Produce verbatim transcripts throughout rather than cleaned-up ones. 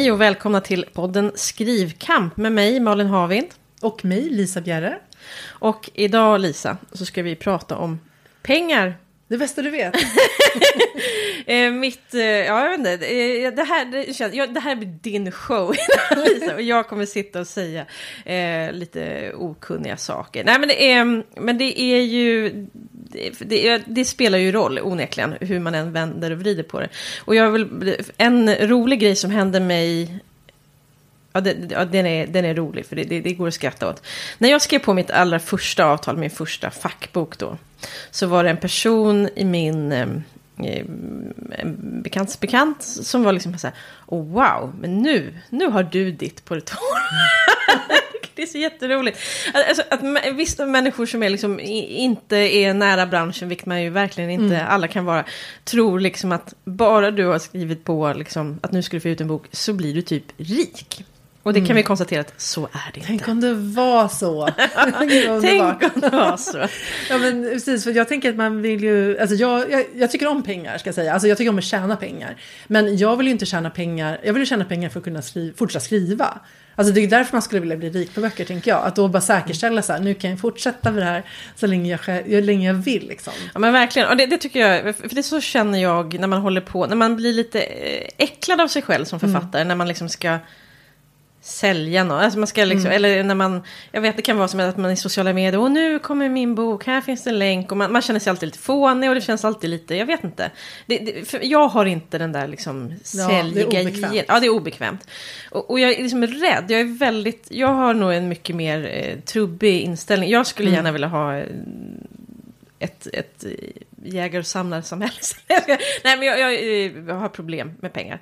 Hej och välkomna till podden Skrivkamp med mig, Malin Havind. Och mig, Lisa Bjerre. Och idag, Lisa, så ska vi prata om pengar. Det bästa du vet. eh, mitt, eh, ja jag vet inte, eh, det, här, det, känns, ja, det här blir din show, Lisa. Och jag kommer sitta och säga eh, lite okunniga saker. Nej men det är, men det är ju, det, det, det spelar ju roll onekligen hur man än vänder och vrider på det. Och jag vill, en rolig grej som hände mig... Ja, det, ja den, är, den är rolig för det, det, det går att skratta åt. När jag skrev på mitt allra första avtal, min första fackbok då, så var det en person i min eh, en bekants bekant som var liksom så här, oh, wow, men nu, nu har du ditt på det torra. Det är så jätteroligt. Alltså, att vissa människor som är liksom, inte är nära branschen, vilket man ju verkligen inte mm. alla kan vara, tror liksom att bara du har skrivit på liksom, att nu ska du få ut en bok så blir du typ rik. Och det kan mm. vi konstatera att så är det inte. Tänk om det var så. Tänk om det var så. Ja men precis, för jag tänker att man vill ju... Alltså jag, jag, jag tycker om pengar ska jag säga. Alltså jag tycker om att tjäna pengar. Men jag vill ju inte tjäna pengar... Jag vill ju tjäna pengar för att kunna skriva, fortsätta skriva. Alltså det är därför man skulle vilja bli rik på böcker, tänker jag. Att då bara säkerställa så här, nu kan jag fortsätta med det här så länge jag, så länge jag vill liksom. Ja men verkligen, och det, det tycker jag, för det så känner jag när man håller på, när man blir lite äcklad av sig själv som författare, mm. när man liksom ska... sälja något, alltså man ska liksom, mm. eller när man, jag vet det kan vara som att man i sociala medier, och nu kommer min bok, här finns en länk, och man, man känner sig alltid lite fånig och det känns alltid lite, jag vet inte det, det, för jag har inte den där liksom säljiga, ja, det är obekvämt, ja det är obekvämt och, och jag är liksom rädd, jag är väldigt, jag har nog en mycket mer eh, trubbig inställning, jag skulle mm. gärna vilja ha eh, ett, ett jägar- och samlarsamhälle. Nej, men jag, jag, jag har problem med pengar.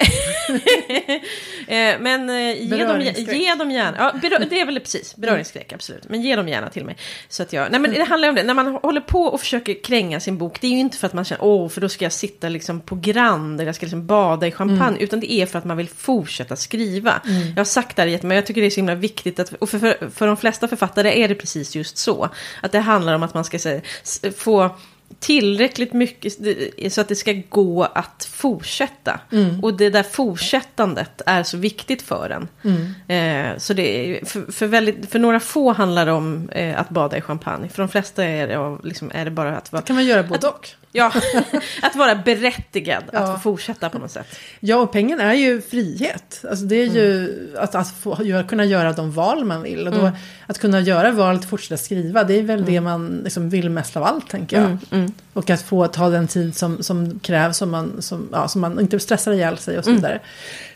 Men ge dem, ge dem gärna. Ja, berör, det är väl precis. Beröringsskräck, absolut. Men ge dem gärna till mig. Så att jag, nej, men det handlar om det. När man håller på och försöker kränga sin bok, det är ju inte för att man känner, åh, för då ska jag sitta liksom på Grand, eller jag ska liksom bada i champagne, mm. utan det är för att man vill fortsätta skriva. Mm. Jag har sagt det här, men jag tycker det är så himla viktigt, att, och för, för, för de flesta författare är det precis just så. Att det handlar om att man ska säga, få tillräckligt mycket så att det ska gå att fortsätta. Mm. Och det där fortsättandet är så viktigt för en. Mm. Eh, så det är, för, för, väldigt, för några få handlar det om eh, att bada i champagne. För de flesta är det, liksom, är det bara att vara... Det kan man göra både och. Ja, att vara berättigad ja. Att få fortsätta på något sätt. Ja, och pengen är ju frihet. Alltså det är mm. ju att, att få, göra, kunna göra de val man vill. Och då, mm. att kunna göra valet att fortsätta skriva, det är väl mm. det man liksom vill mest av allt, tänker jag. Mm. Mm. Och att få ta den tid som, som krävs, som man, som, ja, som man inte stressar ihjäl sig och så vidare. Mm.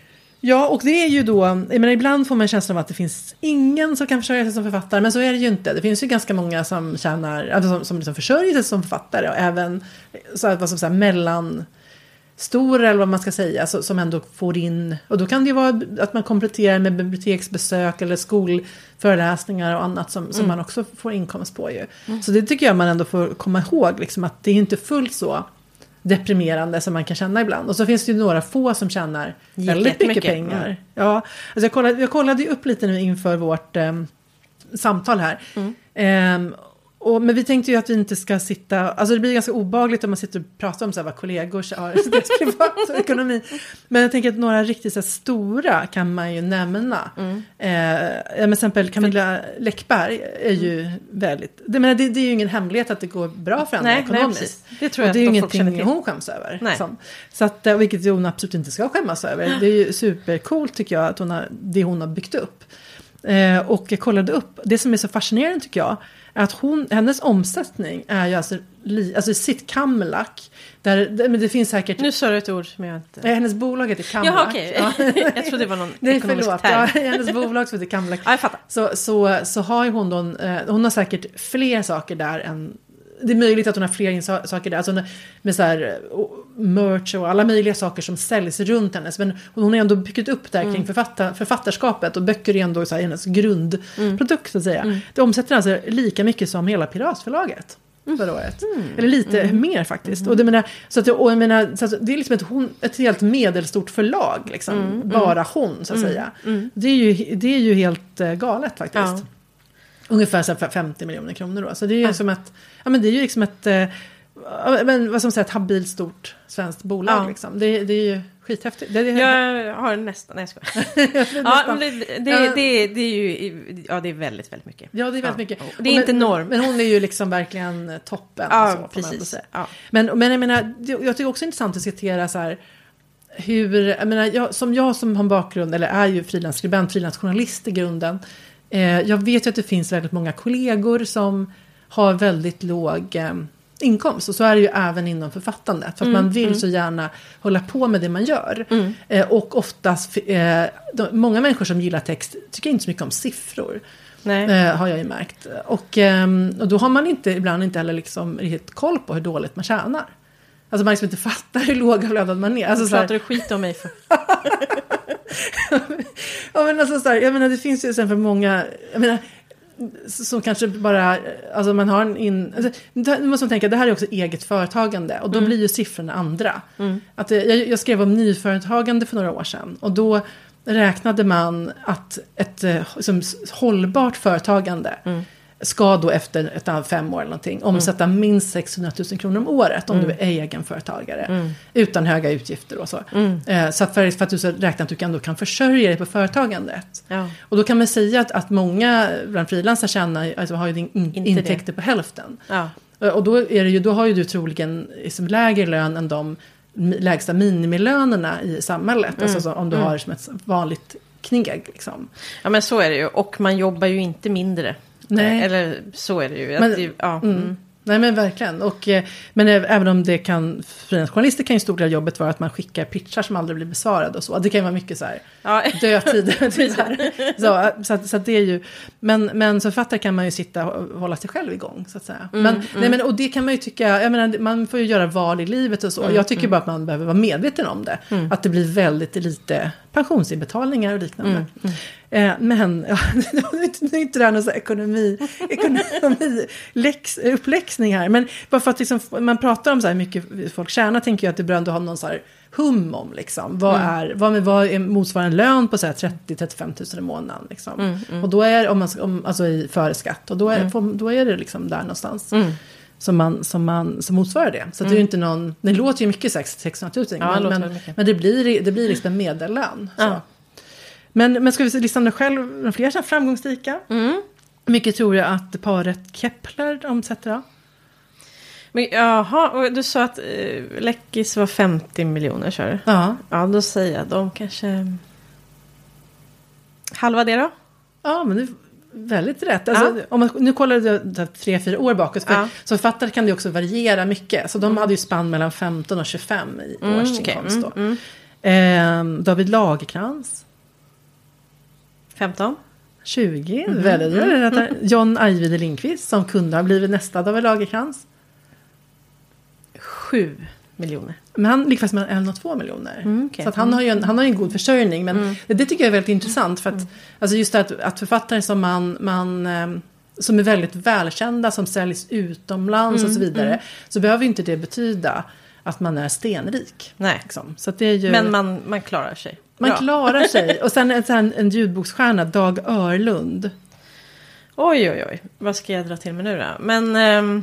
Ja, och det är ju då, jag menar, ibland får man känslan av att det finns ingen som kan försörja sig som författare, men så är det ju inte. Det finns ju ganska många som tjänar, alltså som, som liksom försörjer sig som författare, och även så att, vad som säger, mellan stora, eller vad man ska säga, så, som ändå får in, och då kan det ju vara att man kompletterar med biblioteksbesök eller skolföreläsningar och annat som, som mm. man också får inkomst på ju. Mm. Så det tycker jag man ändå får komma ihåg, liksom, att det är inte fullt så deprimerande som man kan känna ibland. Och så finns det ju några få som tjänar väldigt mycket, mycket pengar. Mm. Ja, alltså jag kollade, jag kollade ju upp lite nu inför vårt eh, samtal här. Mm. Eh, och, men vi tänkte ju att vi inte ska sitta... Alltså det blir ganska obehagligt om man sitter och pratar om så här, vad kollegor har deras privat ekonomi. Men jag tänker att några riktigt så här, stora kan man ju nämna. Mm. Eh, med exempel Camilla Läckberg är ju mm. väldigt... Det, menar, det, det är ju ingen hemlighet att det går bra för henne nej, ekonomiskt. Nej, det tror jag, och det är ju ingenting hon skäms över. Liksom. Så att, vilket hon absolut inte ska skämmas över. Det är ju supercoolt, tycker jag, att hon har, det hon har byggt upp. Eh, och jag kollade upp, det som är så fascinerande tycker jag, är att hon, hennes omsättning är ju alltså, li, alltså sitt Kamlack, där, där, men det finns säkert... Nu sa du ett ord som jag inte... Eh, hennes bolag heter Kamlack. Jaha, okej. Okay. Ja. Jag trodde det var någon Nej, ekonomisk förlåt. term. Ja, hennes bolag som heter Kamlack. Ja, jag fattar. Så, så, så har ju hon då, eh, hon har säkert fler saker där än... Det är möjligt att hon har fler saker där, alltså med så här merch och alla möjliga saker som säljs runt hennes. Men hon har ändå byggt upp där kring mm. författar, författarskapet, och böcker är ändå så här hennes grundprodukt, så att säga. Mm. Det omsätter alltså lika mycket som hela Piratförlaget förra året. Mm. Eller lite mm. mer faktiskt. Mm. Och det, menar, så att, och jag menar, så att det är liksom ett, hon, ett helt medelstort förlag, liksom. Mm. Bara hon, så att mm. säga. Mm. Det, är ju, det är ju helt uh, galet faktiskt. Ja. Ungefär så här femtio miljoner kronor då. Så det är ju ja. som ett, ja men det är ju liksom ett, eh, men vad som säger, ett habilt stort svenskt bolag ja. liksom. Det, det är ju skithäftigt. Det, det, jag har nästan, nej jag skojar. Ja, men det, det, det, det, det är ju, ja det är väldigt, väldigt mycket. Ja, det är väldigt ja. mycket. Det är men, inte norm. Men hon är ju liksom verkligen toppen. Ja, så, precis. Ja. Men, men jag menar, jag tycker också det är intressant att diskutera så här, hur, jag menar, jag, som jag som har en bakgrund, eller är ju frilansskribent, frilansjournalist i grunden. Eh, jag vet ju att det finns väldigt många kollegor som har väldigt låg eh, inkomst. Och så är det ju även inom författandet. För att mm, man vill mm. så gärna hålla på med det man gör. Mm. Eh, och oftast, eh, de, många människor som gillar text tycker inte så mycket om siffror. Eh, har jag ju märkt. Och, eh, och då har man inte, ibland inte heller liksom riktigt koll på hur dåligt man tjänar. Alltså man liksom inte fattar hur lågavlönad man är. Alltså, du pratar du skit om mig för. Ja, men alltså så här, jag menar det finns ju sen för många, jag menar som kanske bara, alltså man har en in, alltså, det måste man tänka, det här är också eget företagande och då mm. blir ju siffrorna andra. Mm. Att jag, jag skrev om nyföretagande för några år sedan och då räknade man att ett liksom, hållbart företagande mm. ska då efter ett av fem år eller någonting omsätta mm. minst sexhundratusen kronor om året om mm. du är egenföretagare mm. utan höga utgifter och så. Mm. Eh, så att för, för att du så räknar att du kan, då kan försörja dig på företagandet. Ja. Och då kan man säga att, att många bland frilansar tjänar, alltså, har ju in, intäkter det. På hälften. Ja. Och då, är det ju, då har ju du troligen liksom, lägre lön än de lägsta minimilönerna i samhället. Mm. Alltså så, om du mm. har som ett vanligt kneg. Liksom. Ja men så är det ju. Och man jobbar ju inte mindre. Nej. Eller så är det ju. Men, det, ja. mm. Mm. Nej men verkligen. Och, men även om det kan, frilansjournalister kan ju stor del av jobbet vara att man skickar pitchar som aldrig blir besvarade och så. Det kan ju vara mycket så här ja. dödtid. så så, att, så att det är ju, men, men som författare kan man ju sitta och hålla sig själv igång så att säga. Mm, men, mm. Nej, men, och det kan man ju tycka, jag menar, man får ju göra val i livet och så. Mm, jag tycker mm. bara att man behöver vara medveten om det. Mm. Att det blir väldigt lite pensionsinbetalningar och liknande. Mm, mm. Eh, men, ja, nu är inte det här någon så ekonomi, ekonomi läx, uppläxning här. Men bara för att liksom, man pratar om så här mycket folk tjänar, tänker jag att det bör ändå ha någon så här hum om liksom. Vad, mm. är, vad, vad är motsvarande lön på så här trettio till trettiofem tusen i månaden liksom. Mm, mm. Och då är om man om, alltså i före skatt och då är, mm. då är det liksom där någonstans. Mm. Som, man, som, man, som motsvarar det. Så mm. det är ju inte någon, det låter ju mycket sexhundratusen. Ja, men, men, men det blir, det blir liksom en medellön. Så. Ja. Men, men ska vi lista själv fler så framgångsrika? Mm. Mycket tror jag att paret Kepler omsätter då? Men jaha, och du sa att eh, Läckis var femtio miljoner kör. Ja. Ja, då säger jag de kanske halva det då? Ja, men det är väldigt rätt. Alltså, ja. Om man, nu kollar du tre, fyra år bakåt. För, ja. Så författare kan det också variera mycket. Så de mm. hade ju spann mellan femton och tjugofem i mm, årsinkomst då. Mm, mm. Eh, David Lagercrantz. femton tjugo, mm, väldigt mm, mm. John Ajvide Lindqvist som kunde ha blivit nästa David Lagercrantz. sju miljoner. Men han ligger fast mellan en och två miljoner. Mm, okay. Så att han, har ju en, han har ju en god försörjning. Men mm. det, det tycker jag är väldigt intressant. För att, mm. alltså just det att, att författare som man, man som är väldigt välkända, som säljs utomlands mm, och så vidare. Mm. Så behöver inte det betyda att man är stenrik. Nej. Liksom. Så att det är ju, men man, man klarar sig. Man Bra. klarar sig. Och sen en, en ljudboksstjärna, Dag Örlund. Oj, oj, oj. Vad ska jag dra till med nu då? Men... Um,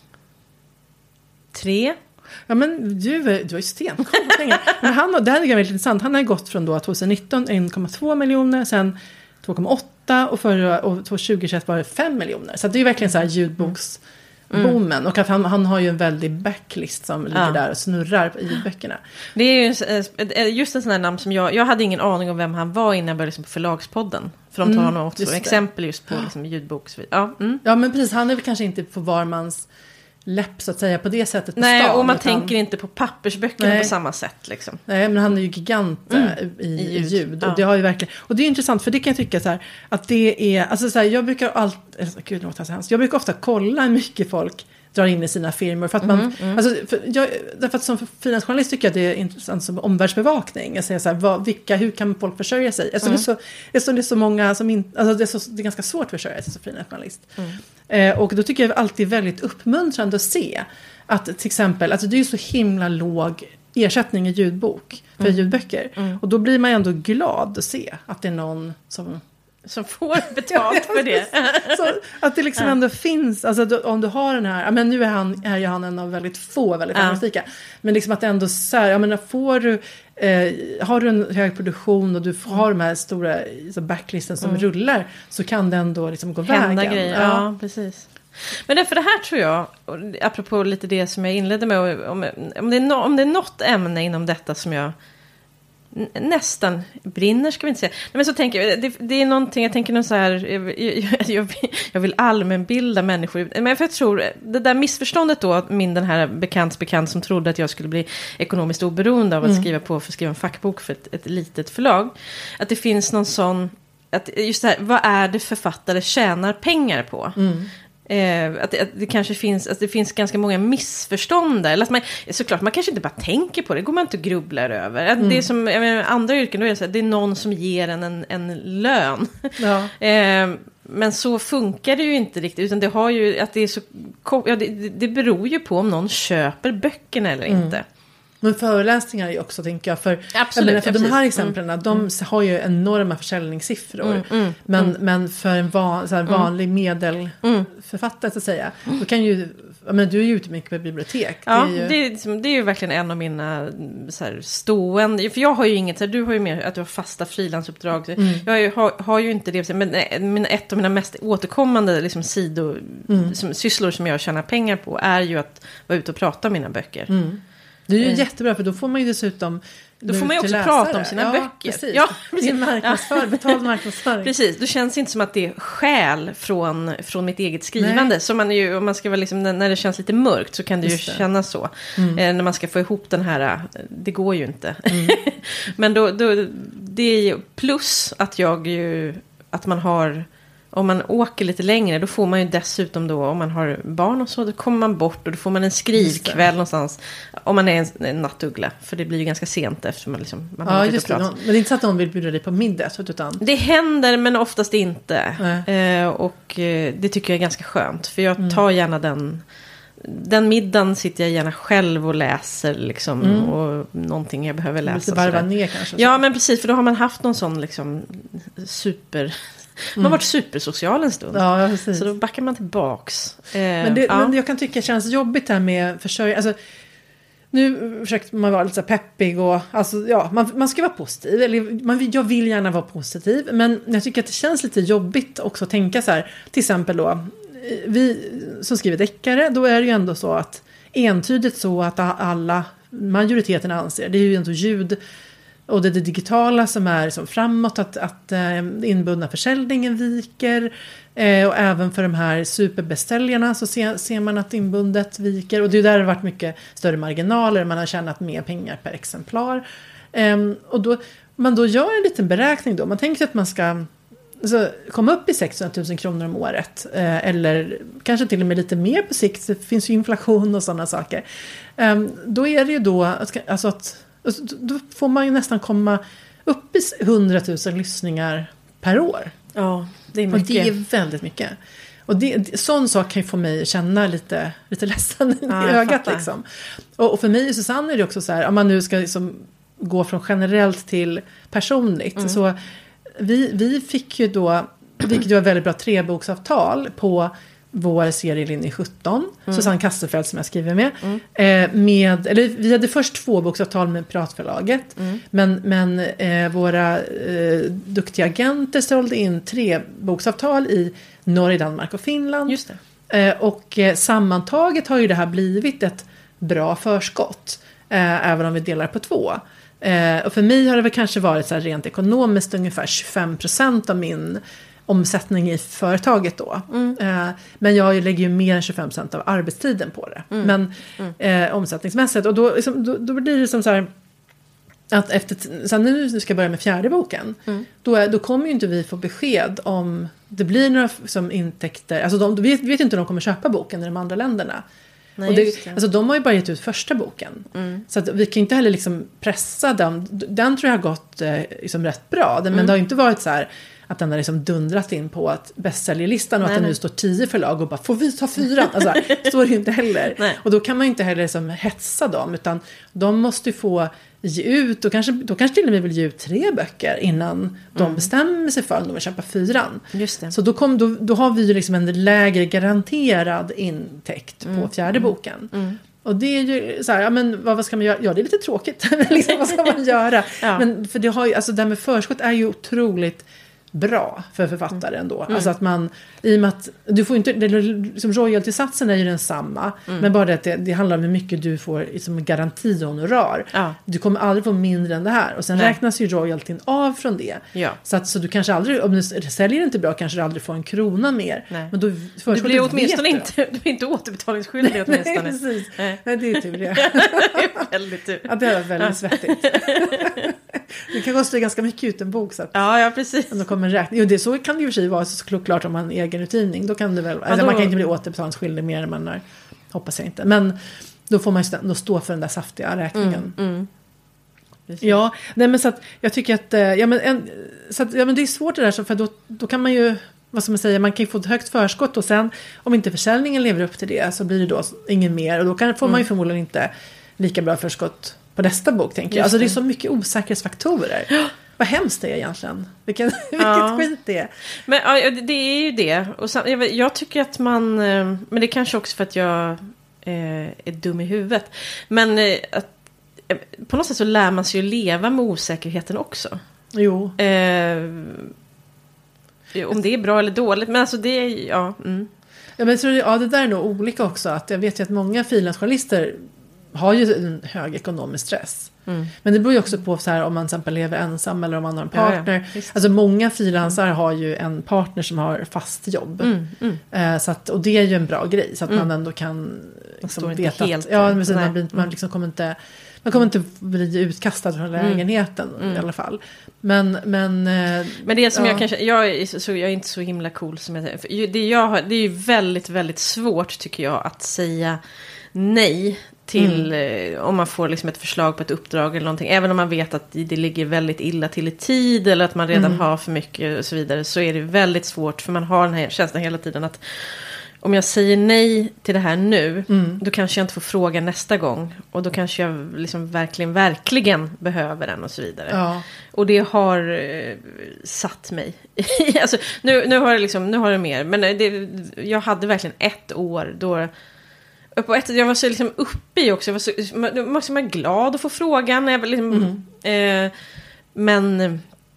tre? Ja, men du, du har ju stenkoll på pengar. Men han, det här är väldigt intressant. Han har gått från då tjugonitton en komma två miljoner, sen två komma åtta och, för, och tjugohundratjugoett var det fem miljoner. Så det är ju verkligen så här ljudboks... boomen. Mm. Och att han, han har ju en väldig backlist som ligger ja. där och snurrar i böckerna. Det är ju just en sån här namn som jag... Jag hade ingen aning om vem han var innan jag började liksom på Förlagspodden. För de tar honom också just exempel just på liksom ljudboks... Ja. Mm. ja, men precis. Han är väl kanske inte på var mans läpp så att säga på det sättet på Nej, stan, och man utan... tänker inte på pappersböckerna Nej. på samma sätt liksom. Nej, men han är ju gigant mm. i, i ljud. ljud. Och ja. det har ju verkligen... Och det är intressant för det kan jag tycka så här att det är... Alltså så här, jag brukar alltid... Gud, låt oss Jag brukar ofta kolla hur mycket folk drar in i sina firmor. För att man, mm, mm. Alltså, för jag, därför att som frilansjournalist tycker jag det är intressant som omvärldsbevakning. Jag säger så här, vad, vilka, hur kan folk försörja sig? Alltså, mm. det, är så, det, är så, det är så många som inte... Alltså, det, är så, det är ganska svårt att försörja sig som frilansjournalist. Mm. Eh, och då tycker jag alltid väldigt uppmuntrande att se att till exempel, alltså det är ju så himla låg ersättning i ljudbok för mm. ljudböcker. Mm. Och då blir man ändå glad att se att det är någon som som får betalt för det. Så att det liksom ändå finns, alltså då, om du har den här, ja, men nu är, han, är ju han en av väldigt få väldigt framgångsrika, ja. Men liksom att det ändå så här, jag menar, får du eh, har du en hög produktion och du får, har de här stora så backlisten som mm. rullar, så kan det ändå liksom gå hända vägen. Grejer. Ja. ja, precis. Men därför det här tror jag, apropå lite det som jag inledde med, om, om, det är no, om det är något ämne inom detta som jag nästan brinner, ska vi inte säga. Nej, men så tänker jag, det, det är någonting, jag tänker någon så här, jag, jag, jag, jag vill allmänbilda människor. Men för jag tror, det där missförståndet då, min den här bekants bekant som trodde att jag skulle bli ekonomiskt oberoende av att mm. skriva på för att skriva en fackbok för ett, ett litet förlag. Att det finns någon sån, att just det här, vad är det författare tjänar pengar på? Mm. Eh, att, att det kanske finns, att det finns ganska många missförstånd där. Eller att man, såklart, man kanske inte bara tänker på det. Det går man inte och grubblar över. Att mm. Det är som jag menar, andra yrken, då är det, så här, det är någon som ger en en, en lön. Ja. eh, men så funkar det ju inte riktigt. Utan det har ju, att det är så, ja, det, det beror ju på om någon köper böckerna eller mm. inte. Men föreläsningar är ju också, tänker jag, för, absolut, jag menar, för de här exemplen, mm. de har ju enorma försäljningssiffror. Mm, mm, men, mm. men för en van, så här, vanlig mm. medelförfattare, så att säga, då kan ju, jag menar, du är ju ute mycket på bibliotek. Ja, det är ju, det är, liksom, det är ju verkligen en av mina så här, stående, för jag har ju inget, så här, du har ju mer att du har fasta frilansuppdrag. Mm. Jag har ju, har, har ju inte det, men, men ett av mina mest återkommande liksom, sidor, mm. som, sysslor som jag tjänar pengar på är ju att vara ute och prata om mina böcker. Mm. Det är ju mm. jättebra, för då får man ju dessutom Då får man ju också prata om sina ja, böcker. Precis. Ja, precis. Det är marknadsför, betald marknadsföring. Precis, då känns det inte som att det är skäl från, från mitt eget skrivande. Så man ju, om man ska vara liksom, när det känns lite mörkt så kan det Just ju det. kännas så. Mm. Eh, när man ska få ihop den här, det går ju inte. Mm. Men då, då, det är ju plus att jag ju, att man har... Om man åker lite längre, då får man ju dessutom då, om man har barn och så, då kommer man bort och då får man en skrivkväll någonstans. Om man är en, en nattuggla, för det blir ju ganska sent efter man liksom... Man ja, just det. Men det är inte så att någon vill bjuda dig på middag, utan... Det händer, men oftast inte. Eh, och eh, det tycker jag är ganska skönt, för jag tar mm. gärna den... Den middagen sitter jag gärna själv och läser liksom, mm. och någonting jag behöver läsa. Lite varva ner kanske. Ja, men precis, för då har man haft någon sån liksom super... Man har varit supersocial en stund. Ja, precis. Så då backar man tillbaks. Eh, men, det, ja. men jag kan tycka det känns jobbigt här med försörjning. Alltså, nu försökte man vara lite så peppig och alltså, ja, man, man ska vara positiv. Eller, man, jag vill gärna vara positiv. Men jag tycker att det känns lite jobbigt också att tänka så här. Till exempel då, vi som skriver deckare, då är det ju ändå så att entydigt så att alla, majoriteten anser, det är ju ändå ljud och det, det digitala som är som framåt, att, att eh, inbundna försäljningen viker, eh, och även för de här superbestsäljarna så ser, ser man att inbundet viker, och det är där det har varit mycket större marginaler, man har tjänat mer pengar per exemplar, eh, och då man då gör en liten beräkning då, man tänker att man ska alltså, komma upp i sexhundratusen kronor om året, eh, eller kanske till och med lite mer på sikt, det finns ju inflation och sådana saker, eh, då är det ju då alltså att då får man ju nästan komma upp i hundratusen lyssningar per år. Ja, det är mycket. Och det är väldigt mycket. Och det, sån sak kan ju få mig att känna lite, lite ledsen ja, i ögat. Liksom. Och, och för mig och Susanne är det också så här, om man nu ska liksom gå från generellt till personligt. Mm. Så vi, vi fick ju då, vilket var väldigt bra, treboksavtal på vår serie Linje sjutton, mm. Susanne Kasselfeld som jag skriver med, mm. eh, med eller vi hade först två boksavtal med Piratförlaget, mm. men, men eh, våra eh, duktiga agenter sålde in tre boksavtal i Norge, Danmark och Finland. Just det. Eh, och eh, sammantaget har ju det här blivit ett bra förskott, eh, även om vi delar på två. Eh, och för mig har det väl kanske varit så här rent ekonomiskt ungefär tjugofem procent av min omsättning i företaget då. Mm. Eh, men jag lägger ju mer än tjugofem procent av arbetstiden på det. Mm. Men mm. Eh, omsättningsmässigt. Och då, liksom, då, då blir det som så här att efter, sen nu ska jag börja med fjärde boken. Mm. Då, då kommer ju inte vi få besked om det blir några som intäkter. Alltså de, vi vet, vet inte om de kommer köpa boken i de andra länderna. Nej, och det, det. Alltså de har ju bara gett ut första boken. Mm. Så att vi kan inte heller liksom pressa den. Den tror jag har gått eh, liksom rätt bra. Den, mm. Men det har ju inte varit så här att den har liksom dundrat in på att bästsäljarlistan och nej, att det nu står tio förlag och bara, får vi ta fyra? Alltså, står det ju inte heller. Nej. Och då kan man ju inte heller liksom hetsa dem, utan de måste ju få ge ut, då kanske, då kanske till och med vill ge ut tre böcker innan de mm. bestämmer sig för om de vill köpa fyran. Just det. Så då, kom, då, då har vi ju liksom en lägre garanterad intäkt mm. på fjärde mm. boken. Mm. Och det är ju så här, ja men vad, vad ska man göra? Ja, det är lite tråkigt. liksom, vad ska man göra? ja. Men för det har ju, alltså det här med förskott är ju otroligt bra för författare ändå. Mm. Alltså att man, i och med att du får inte, det, liksom royalty-satsen är ju densamma, mm. men bara det att det, det handlar om hur mycket du får liksom garantihonorar. Ja. Du kommer aldrig få mindre än det här. Och sen Nej. räknas ju royaltyn av från det. Ja. Så att så du kanske aldrig, om du säljer inte bra, kanske du aldrig får en krona mer. Nej. Men då du blir åtminstone inte, du är inte återbetalningsskyldig åtminstone. Nej, precis. Nej. Nej, det är tur det. det är väldigt tur. Ja, det är väldigt svettigt. Det kan kosta ganska mycket ut en bok. Så att ja, ja, precis. De kommer räkna. Jo, det, så kan det ju för sig vara såklart om man har egen utgivning. Då kan det väl, ja, alltså, då... man kan inte bli återbetalningsskyldig mer än man är, hoppas jag inte. Men då får man ju då stå för den där saftiga räkningen. Mm, mm. Ja, nej men så att jag tycker att, ja men, en, så att, ja, men det är svårt det där, för då, då kan man ju, vad ska man säga, man kan ju få ett högt förskott och sen om inte försäljningen lever upp till det så blir det då ingen mer och då kan, får man ju förmodligen inte lika bra förskott på nästa bok, tänker jag. Alltså det är så mycket osäkerhetsfaktorer. Ja. Vad hemskt det är egentligen. Vilken, ja. vilket skit det är. Men ja, det är ju det. Och så, jag, jag tycker att man, men det är kanske också för att jag eh, är dum i huvudet. Men eh, att, på något sätt så lär man sig ju leva med osäkerheten också. Jo. Eh, om det är bra eller dåligt. Men alltså det är, ja. Mm. Ja, men jag tror, ja, det där är nog olika också. Att jag vet ju att många frilansjournalister har ju en hög ekonomisk stress. Mm. Men det beror ju också på så här, om man till exempel lever ensam eller om man har en partner. Ja, ja. Alltså många frilansare mm. har ju en partner som har fast jobb. Mm. Mm. Eh, så att, och det är ju en bra grej. Så att mm. man ändå kan liksom, man veta helt, att ja, men man, blir, man liksom kommer inte... Man kommer inte bli utkastad från lägenheten mm. i alla fall. Men, men, men det som ja. jag kanske... Jag är, så, jag är inte så himla cool som jag säger. Det, jag har, det är ju väldigt, väldigt svårt tycker jag att säga nej till mm. om man får liksom ett förslag på ett uppdrag eller någonting. Även om man vet att det ligger väldigt illa till i tid eller att man redan mm. har för mycket och så vidare. Så är det väldigt svårt för man har den här känslan hela tiden att om jag säger nej till det här nu, mm. då kanske jag inte får fråga nästa gång. Och då kanske jag liksom verkligen, verkligen behöver den och så vidare. Ja. Och det har eh, satt mig. alltså, nu, nu har det liksom, nu har det mer. Men det, jag hade verkligen ett år då... På ett, jag var så liksom uppe i också. Jag var så, man måste vara glad att få frågan. Jag liksom, mm. eh, men...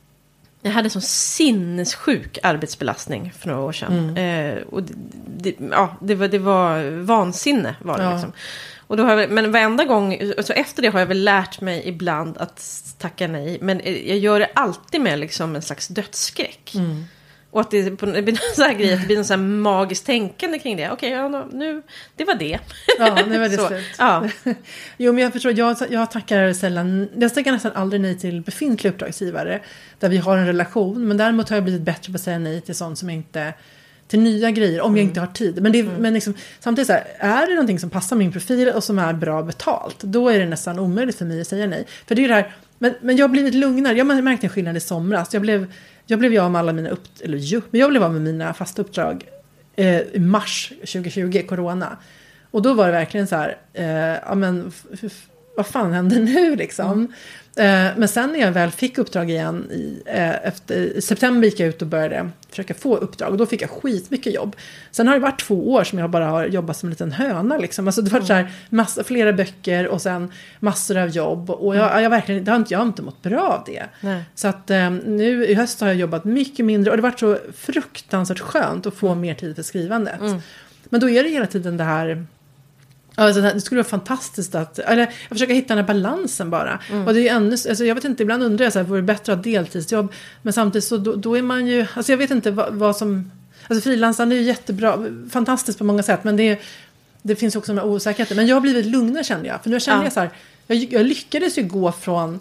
Jag hade en sån sinnessjuk arbetsbelastning för några år sedan. Mm. Eh, och det, det, ja, det, var, det var vansinne var det ja. liksom. Och då har jag, men varenda gång, alltså efter det har jag väl lärt mig ibland att tacka nej. Men jag gör det alltid med liksom en slags dödsskräck. Mm. Och att det, det blir en sån här grej, att det blir en sån här magiskt tänkande kring det. Okej, ja, nu, det var det. Ja, det var det så, slut. Ja. Jo, men jag förstår, jag, jag tackar sällan, jag tackar nästan aldrig nej till befintliga uppdragsgivare. Där vi har en relation. Men däremot har jag blivit bättre på att säga nej till sånt som jag inte... Till nya grejer, om mm. jag inte har tid. Men, det, mm. men liksom, samtidigt så här, är det någonting som passar min profil och som är bra betalt, då är det nästan omöjligt för mig att säga nej. För det är ju det här, men, men jag har blivit lugnare. Jag märkte en skillnad i somras. Jag blev, jag blev av med alla mina upp, eller ju, men jag blev av med mina fasta uppdrag eh, i mars tjugo tjugo, corona. Och då var det verkligen så här, eh, ja men f- f- vad fan händer nu liksom? Mm. Men sen när jag väl fick uppdrag igen i, efter, i september gick jag ut och började försöka få uppdrag. Och då fick jag skitmycket jobb. Sen har det varit två år som jag bara har jobbat som en liten höna. Liksom. Alltså det var mm. så här massa, flera böcker och sen massor av jobb. Och jag, jag, verkligen, jag, har, inte, jag har inte mått bra av det. Nej. Så att nu i höst har jag jobbat mycket mindre. Och det har varit så fruktansvärt skönt att få mm. mer tid för skrivandet. Mm. Men då är det hela tiden det här... Alltså, det skulle vara fantastiskt att... Eller jag försöker hitta den här balansen bara. Mm. Och det är ännu... Alltså, jag vet inte, ibland undrar jag så här, vore det bättre att ha deltidsjobb? Men samtidigt så då, då är man ju... Alltså jag vet inte vad, vad som... Alltså frilansande är ju jättebra. Fantastiskt på många sätt. Men det, är, det finns också de här osäkerheter. Men jag har blivit lugnare kände jag. För nu kände ja. jag så här... Jag, jag lyckades ju gå från...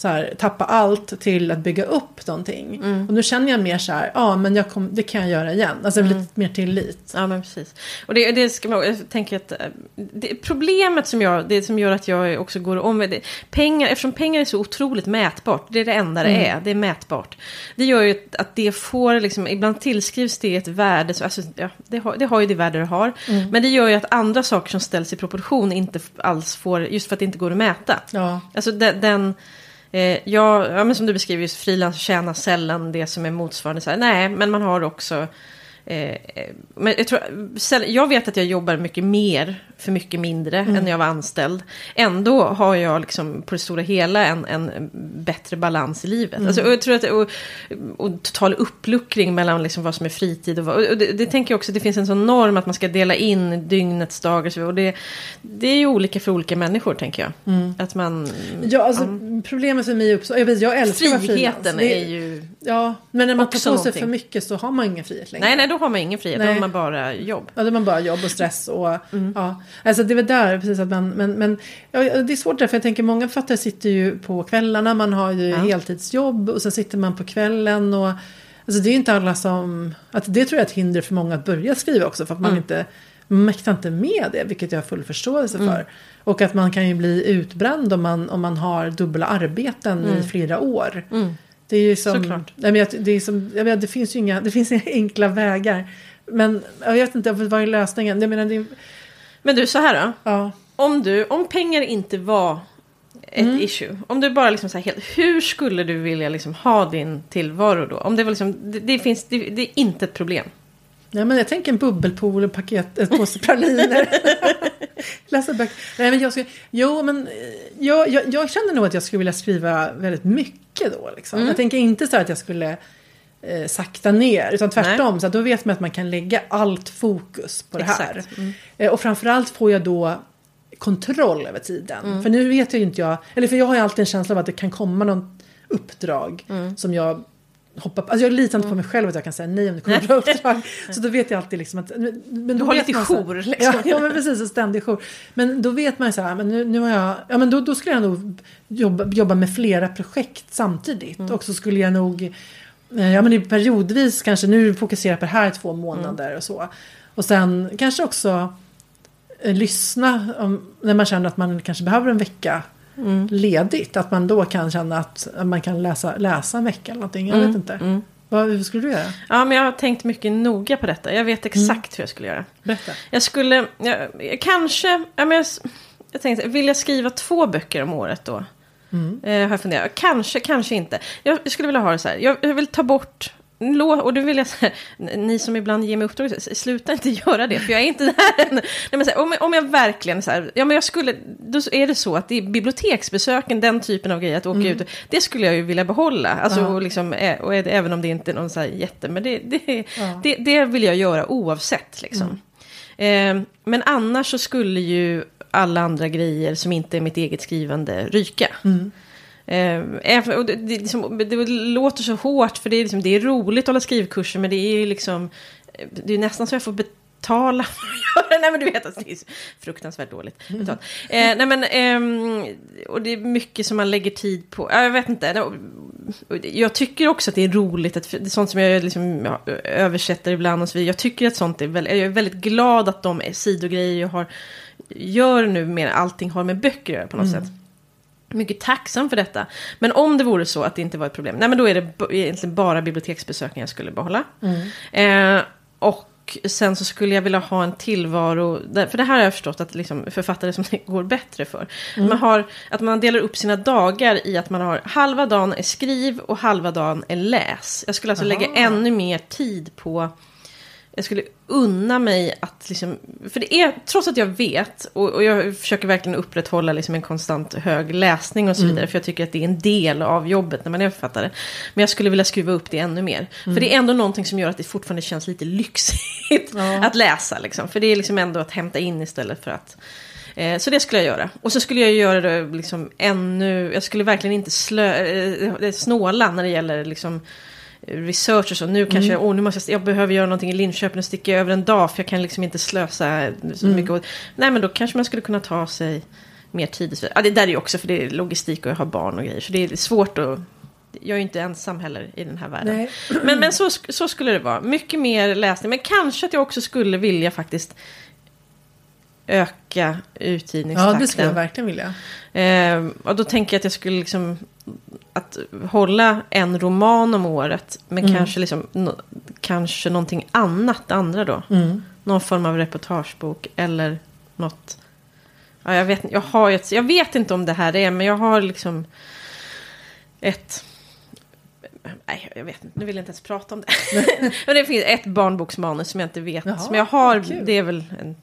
så här, tappa allt till att bygga upp någonting. Mm. Och nu känner jag mer så här, ja men jag kom, det kan jag göra igen. Alltså mm. lite mer tillit. Ja men precis. Och det, det ska man, jag tänker att det, problemet som jag, det som gör att jag också går om det, pengar, eftersom pengar är så otroligt mätbart, det är det enda det är, mm. det är mätbart. Det gör ju att det får liksom, ibland tillskrivs det ett värde, så, alltså, ja, det, har, det har ju det värde det har. Mm. Men det gör ju att andra saker som ställs i proportion inte alls får, just för att det inte går att mäta. Ja. Alltså den, den eh, ja, ja, men som du beskriver, just frilans tjänar sällan det som är motsvarande. Så här, nej, men man har också... Eh, men jag, tror, jag vet att jag jobbar mycket mer för mycket mindre mm. än när jag var anställd. Ändå har jag liksom på det stora hela en, en bättre balans i livet. Mm. Alltså, och jag tror att och, och total uppluckring mellan liksom vad som är fritid och, vad, och det, det tänker jag också, det finns en sån norm att man ska dela in dygnets dagar och det, det är ju olika för olika människor, tänker jag. Mm. Att man... Ja, alltså um, problemet för mig uppstår, jag, vet, jag älskar friheten är, är ju... Ja, men när man tar på sig någonting. För mycket så har man ingen frihet längre. Nej, nej, då har man ingen frihet, Nej. Då har man bara jobb. Ja, då har man bara jobb och stress och mm. ja. Alltså det är väl där precis att man, men, men ja, det är svårt där, för jag tänker många författare sitter ju på kvällarna, man har ju ja. heltidsjobb och så sitter man på kvällen och alltså det är ju inte alla som, att det tror jag är ett hinder för många att börja skriva också, för att man mm. inte man mäktar inte med det, vilket jag har full förståelse för. Mm. Och att man kan ju bli utbränd om man, om man har dubbla arbeten mm. i flera år. Mm. Det är ju som, Såklart. Nej, men det, är som, jag menar, det finns ju inga, det finns inga enkla vägar. Men jag vet inte vad är lösningen. Jag menar, det... Men du, så här då. Ja. Om, du, om pengar inte var ett mm. issue. Om du bara liksom så här helt, hur skulle du vilja liksom ha din tillvaro då? Om det var liksom, det, det finns, det, det är inte ett problem. Ja, men jag tänker en bubbelpool, ett paket, ett påse praliner. Läsa böcker. Nej, men jag ska, jo, men jag, jag, jag känner nog att jag skulle vilja skriva väldigt mycket då. Liksom. Mm. Jag tänker inte så att jag skulle eh, sakta ner, utan tvärtom. Så att då vet man att man kan lägga allt fokus på det här. Mm. Eh, och framförallt får jag då kontroll över tiden. Mm. För nu vet jag ju inte jag, eller för jag har ju alltid en känsla av att det kan komma någon uppdrag mm. som jag hoppa på. Alltså jag litar inte på mig själv att jag kan säga nej om det kommer bra uppdrag. Så då vet jag alltid liksom att... Men du har lite jour liksom. Ja, ja, men precis. En ständig jour. Men då vet man ju så här, men nu, nu har jag... Ja, men då, då skulle jag nog jobba, jobba med flera projekt samtidigt. Mm. Och så skulle jag nog... Ja, men i periodvis kanske nu fokusera på det här i två månader mm. och så. Och sen kanske också eh, lyssna om, när man känner att man kanske behöver en vecka Mm. ledigt, att man då kan känna att man kan läsa, läsa en vecka eller någonting, jag mm. vet inte. Mm. Vad, hur skulle du göra? Ja, men jag har tänkt mycket noga på detta. Jag vet exakt mm. hur jag skulle göra. Berätta. Jag skulle, jag, kanske, ja, men jag, jag tänkte, vill jag skriva två böcker om året då? Mm. Eh, har jag funderat. Kanske, kanske inte. Jag, jag skulle vilja ha det så här. Jag, jag vill ta bort... Och då vill jag säga, ni som ibland ger mig uppdrag, sluta inte göra det, för jag är inte där än. Nej, men så här, om, om jag verkligen så här, ja men jag skulle, då är det så att det är biblioteksbesöken, den typen av grejer, att åka mm. ut, det skulle jag ju vilja behålla. Alltså, ja. och liksom, och även om det inte är någon så här jätte, men det, det, ja. det, det vill jag göra oavsett liksom. Mm. Eh, men annars så skulle ju alla andra grejer som inte är mitt eget skrivande ryka. Mm. Eh, och det, det, liksom, det låter så hårt, för det är, liksom, det är roligt att hålla skrivkurser, men det är ju liksom, det är nästan så jag får betala för att göra. Nej, men du vet att det är fruktansvärt dåligt mm. eh, nej men eh, och det är mycket som man lägger tid på. Jag vet inte. Jag tycker också att det är roligt att, det är sånt som jag liksom, ja, översätter ibland och så vidare. Jag tycker att sånt är väldigt, jag är väldigt glad att de är sidogrejer jag har, gör nu med allting har med böcker att göra på något mm. sätt. Mycket tacksam för detta. Men om det vore så att det inte var ett problem, nej, men då är det b- egentligen bara biblioteksbesöken jag skulle behålla. Mm. Eh, och sen så skulle jag vilja ha en tillvaro, där, för det här har jag förstått att liksom författare som det går bättre för. Mm. Man har, att man delar upp sina dagar i att man har halva dagen är skriv och halva dagen är läs. Jag skulle alltså Aha. lägga ännu mer tid på... Jag skulle unna mig att liksom, för det är, trots att jag vet, och, och jag försöker verkligen upprätthålla liksom en konstant hög läsning och så vidare, mm. för jag tycker att det är en del av jobbet när man är författare. Men jag skulle vilja skruva upp det ännu mer. Mm. För det är ändå någonting som gör att det fortfarande känns lite lyxigt ja. att läsa. Liksom. För det är liksom ändå att hämta in istället för att... Eh, så det skulle jag göra. Och så skulle jag göra det liksom ännu... Jag skulle verkligen inte slö, eh, snåla när det gäller liksom... research och så. Nu kanske, mm. oh, nu måste jag, jag behöver göra någonting i Linköping och sticka över en dag, för jag kan liksom inte slösa så mm. mycket. Nej, men då kanske man skulle kunna ta sig mer tid. Ja, det där är ju också för det är logistik och jag har barn och grejer. Så det är svårt att... Jag är ju inte ensam heller i den här världen. Nej. Men, men så, så skulle det vara. Mycket mer läsning. Men kanske att jag också skulle vilja faktiskt öka utgivningstakten. Ja, det skulle jag verkligen vilja. Eh, och då tänker jag att jag skulle liksom... Att hålla en roman om året. Men mm. kanske liksom... No, kanske någonting annat andra då. Mm. Någon form av reportagebok. Eller något... Ja, jag vet, jag, har ett, jag vet inte om det här är. Men jag har liksom... Ett... Nej, jag vet inte. Nu vill jag inte ens prata om det. Men det finns ett barnboksmanus som jag inte vet. Jaha, som jag har, kul. Det är väl en,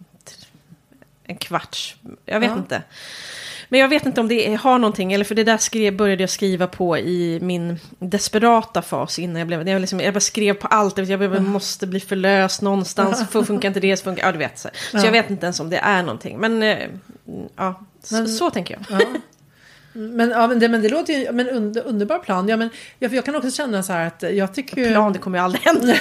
en kvarts. Jag vet ja. inte. Men jag vet inte om det har någonting. Eller för det där skrev, började jag skriva på i min desperata fas. Innan jag blev, jag, liksom, jag bara skrev på allt. Jag bara, jag måste bli förlöst någonstans. För funkar inte det så funkar... Ja, du vet. Så, ja. så jag vet inte ens om det är någonting. Men ja, men, så, så tänker jag. Ja. Men, ja, men, det, men det låter ju men under, underbar plan. Ja, men jag, jag kan också känna så här att jag tycker... Plan, det kommer ju aldrig hända.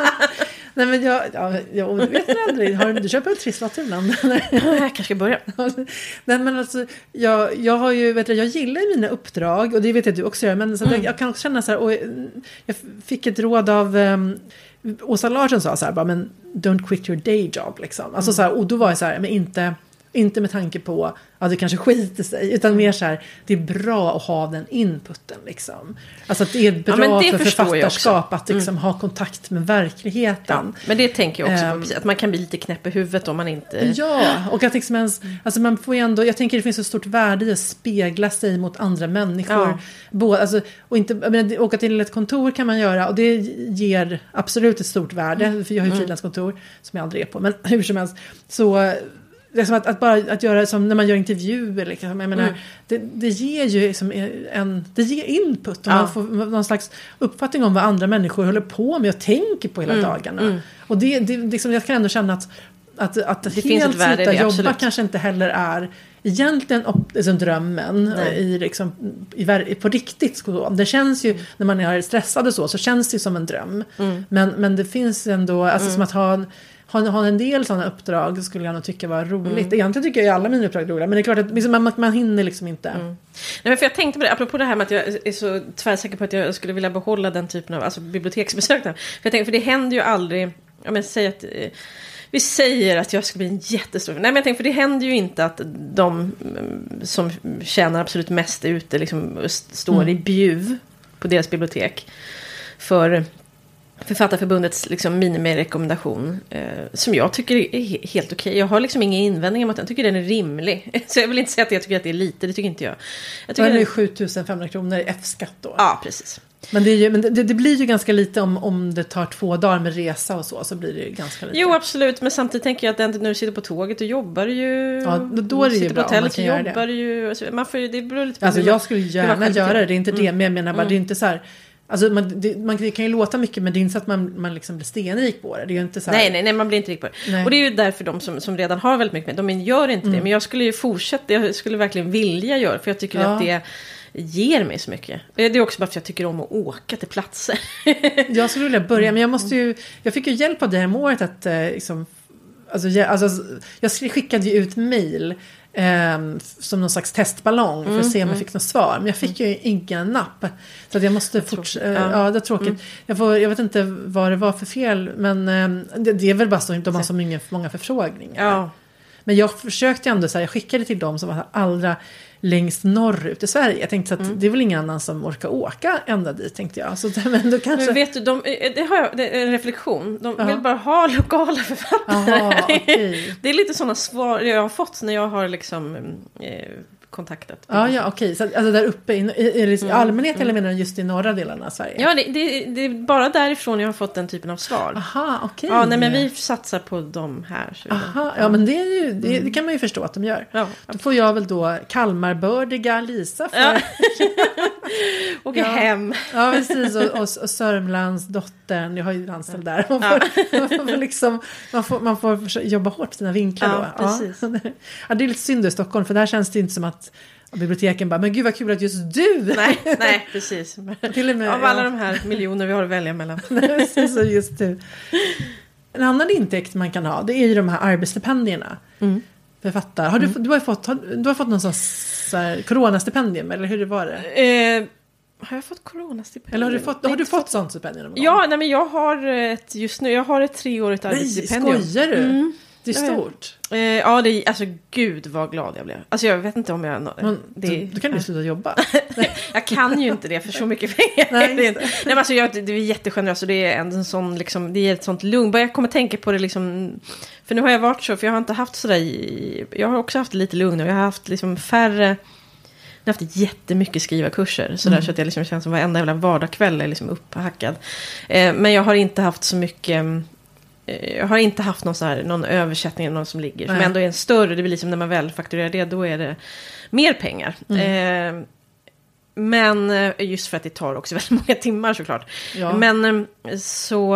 Nej, men jag... Ja, jag vet aldrig. Har du köpt en trisslotter ibland? Jag kanske ska börja. Nej, men alltså... Jag, jag har ju... Vet du, jag gillar mina uppdrag. Och det vet jag att du också gör. Men så mm. jag, jag kan också känna så här... Och jag fick ett råd av... Um, Åsa Larsson sa så här... Bara, men don't quit your day job, liksom. Alltså mm. så här... Och då var jag så här... Men inte... Inte med tanke på att det kanske skiter sig. Utan mer så här, det är bra att ha den inputen liksom. Alltså att det är bra ja, det för författarskap att liksom mm. ha kontakt med verkligheten. Ja, men det tänker jag också um, på. Att man kan bli lite knäpp i huvudet om man inte... Ja, och att liksom ens, alltså man får ju ändå... Jag tänker det finns så stort värde i att spegla sig mot andra människor. Ja. Både, alltså, och inte, jag menar, åka till ett kontor kan man göra. Och det ger absolut ett stort värde. Mm. För jag har ju mm. frilanskontor som jag aldrig är på. Men hur som helst så... Det är som att, att bara att göra som när man gör intervjuer liksom, jag menar, mm. det, det ger ju liksom en det ger input och ja. man får någon slags uppfattning om vad andra människor håller på med och tänker på hela mm. dagarna. Mm. Och det, det liksom, jag kan ändå känna att att, att det helt finns ett värde sluta det, jobba absolut. Kanske inte heller är egentligen liksom drömmen i, liksom, i, på riktigt. Det känns ju, mm. när man är stressad och så, så känns det som en dröm. Mm. Men, men det finns ändå, alltså mm. som att ha en Ha, ha en del sådana uppdrag skulle jag nog tycka var roligt. Mm. Egentligen tycker jag alla mina uppdrag är roliga. Men det är klart att liksom, man, man hinner liksom inte. Mm. Nej, men för jag tänkte på det, apropå det här med att jag är så tvärsäker på att jag skulle vilja behålla den typen av alltså, biblioteksbesök. För jag tänkte, för det händer ju aldrig... Ja, men, säg att, eh, vi säger att jag ska bli en jättestor... Nej, men jag tänkte, för det händer ju inte att de som tjänar absolut mest ute liksom, står mm. i bjuv på deras bibliotek. För... Författarförbundets liksom minimirekommendation eh, som jag tycker är he- helt okej. Okay. Jag har liksom inga invändningar mot den. Jag tycker den är rimlig. Så jag vill inte säga att jag tycker att det är lite. Det tycker inte jag. Jag tycker det är sjutusen femhundra kronor i F-skatt då. Ja, precis. Men, det, är ju, men det, det blir ju ganska lite om, om det tar två dagar med resa och så. Så blir det ju ganska lite. Jo, absolut. Men samtidigt tänker jag att den, när du sitter på tåget och jobbar ju... Ja, då är det ju bra om man kan göra jobbar det. Ju, alltså, man får, det beror lite på alltså jag skulle gärna göra det. Det är inte mm. det. Men jag menar bara, mm. det är inte så här... Alltså man, det, man det kan ju låta mycket, men det är inte så att man, man liksom blir stenrik på det. Det är ju inte så här... nej, nej, nej, man blir inte rik på det. Nej. Och det är ju därför de som, som redan har väldigt mycket med, de gör inte mm. det. Men jag skulle ju fortsätta, jag skulle verkligen vilja göra, för jag tycker ja. att det ger mig så mycket. Det är också bara för att jag tycker om att åka till platser. Jag skulle vilja börja, men jag måste ju, jag fick ju hjälp av det här året att liksom, alltså, jag, alltså, jag skickade ju ut mejl Um, som någon slags testballong för att se om jag fick något svar. Men jag fick ju ingen napp. Så att jag måste fortsätta. Uh, ja. ja, det är tråkigt. Mm. Jag, får, jag vet inte vad det var för fel. Men um, det, det är väl bara så att de har så många, många förfrågningar. Ja. Men jag försökte ändå så här, jag skickade till dem som var allra längst norrut i Sverige. Jag tänkte så att mm. det är väl ingen annan som orkar åka ända dit, tänkte jag. Så, men då kanske... Men vet du, de, det, har jag, det är en reflektion. De Aha. vill bara ha lokala författare. Aha, okay. Det är lite sådana svar jag har fått när jag har liksom eh, kontaktat. Ja, ja, okej. Okay. Så alltså där uppe, i, är det i allmänhet mm. eller menar du just i norra delarna av Sverige? Ja, det, det, det är bara därifrån jag har fått den typen av svar. Aha, okej. Okay. Ja, nej, men vi satsar på dem här. Så Aha, ja, men det, är ju, det, mm. det kan man ju förstå att de gör. Ja, då får jag väl då Kalmarbördiga Lisa för... Ja. Åka ja. hem. Ja, precis. Och, och, och Sörmlands dottern, jag har ju anställd där. Man får, ja. man får, liksom, man får, man får jobba hårt sina vinklar ja, då. Precis. Ja. Ja, det är lite synd i Stockholm, för där känns det inte som att biblioteken bara, men gud vad kul att just du... Nej, nej precis. Till och med, av alla ja. de här miljoner vi har att välja mellan. Precis, just du. En annan intäkt man kan ha, det är ju de här arbetsstipendierna. Mm. författare. Har du, mm. du, har fått, har, du har fått någon sån så här, coronastipendium, eller hur var det? Eh, har jag fått coronastipendium? Eller har du fått, har du fått sånt stipendium? Ja, nej, men jag har ett, just nu, jag har ett treårigt arbetsstipendium. Nej, skojar du? Mm. Det är stort. Eh, ja, det är, alltså gud vad glad jag blev. Alltså jag vet inte om jag... Men, det, du, du kan ju sluta jobba. Jag kan ju inte det för så mycket pengar. Nej, det, nej men alltså jag, det är jättegeneröst och det är en sån liksom, det är ett sånt lugn. Bara jag kommer tänka på det liksom, för nu har jag varit så, för jag har inte haft sådär, jag har också haft lite lugn och jag har haft liksom färre, jag har haft jättemycket skrivarkurser sådär, mm. så att jag liksom känns som varenda jävla vardagskväll är liksom upphackad. Eh, men jag har inte haft så mycket... Jag har inte haft någon, så här, någon översättning någon som ligger. Nej. Som ändå är en större. Det blir liksom när man väl fakturerar det. Då är det mer pengar. Mm. Eh, men just för att det tar också väldigt många timmar såklart. Ja. Men så...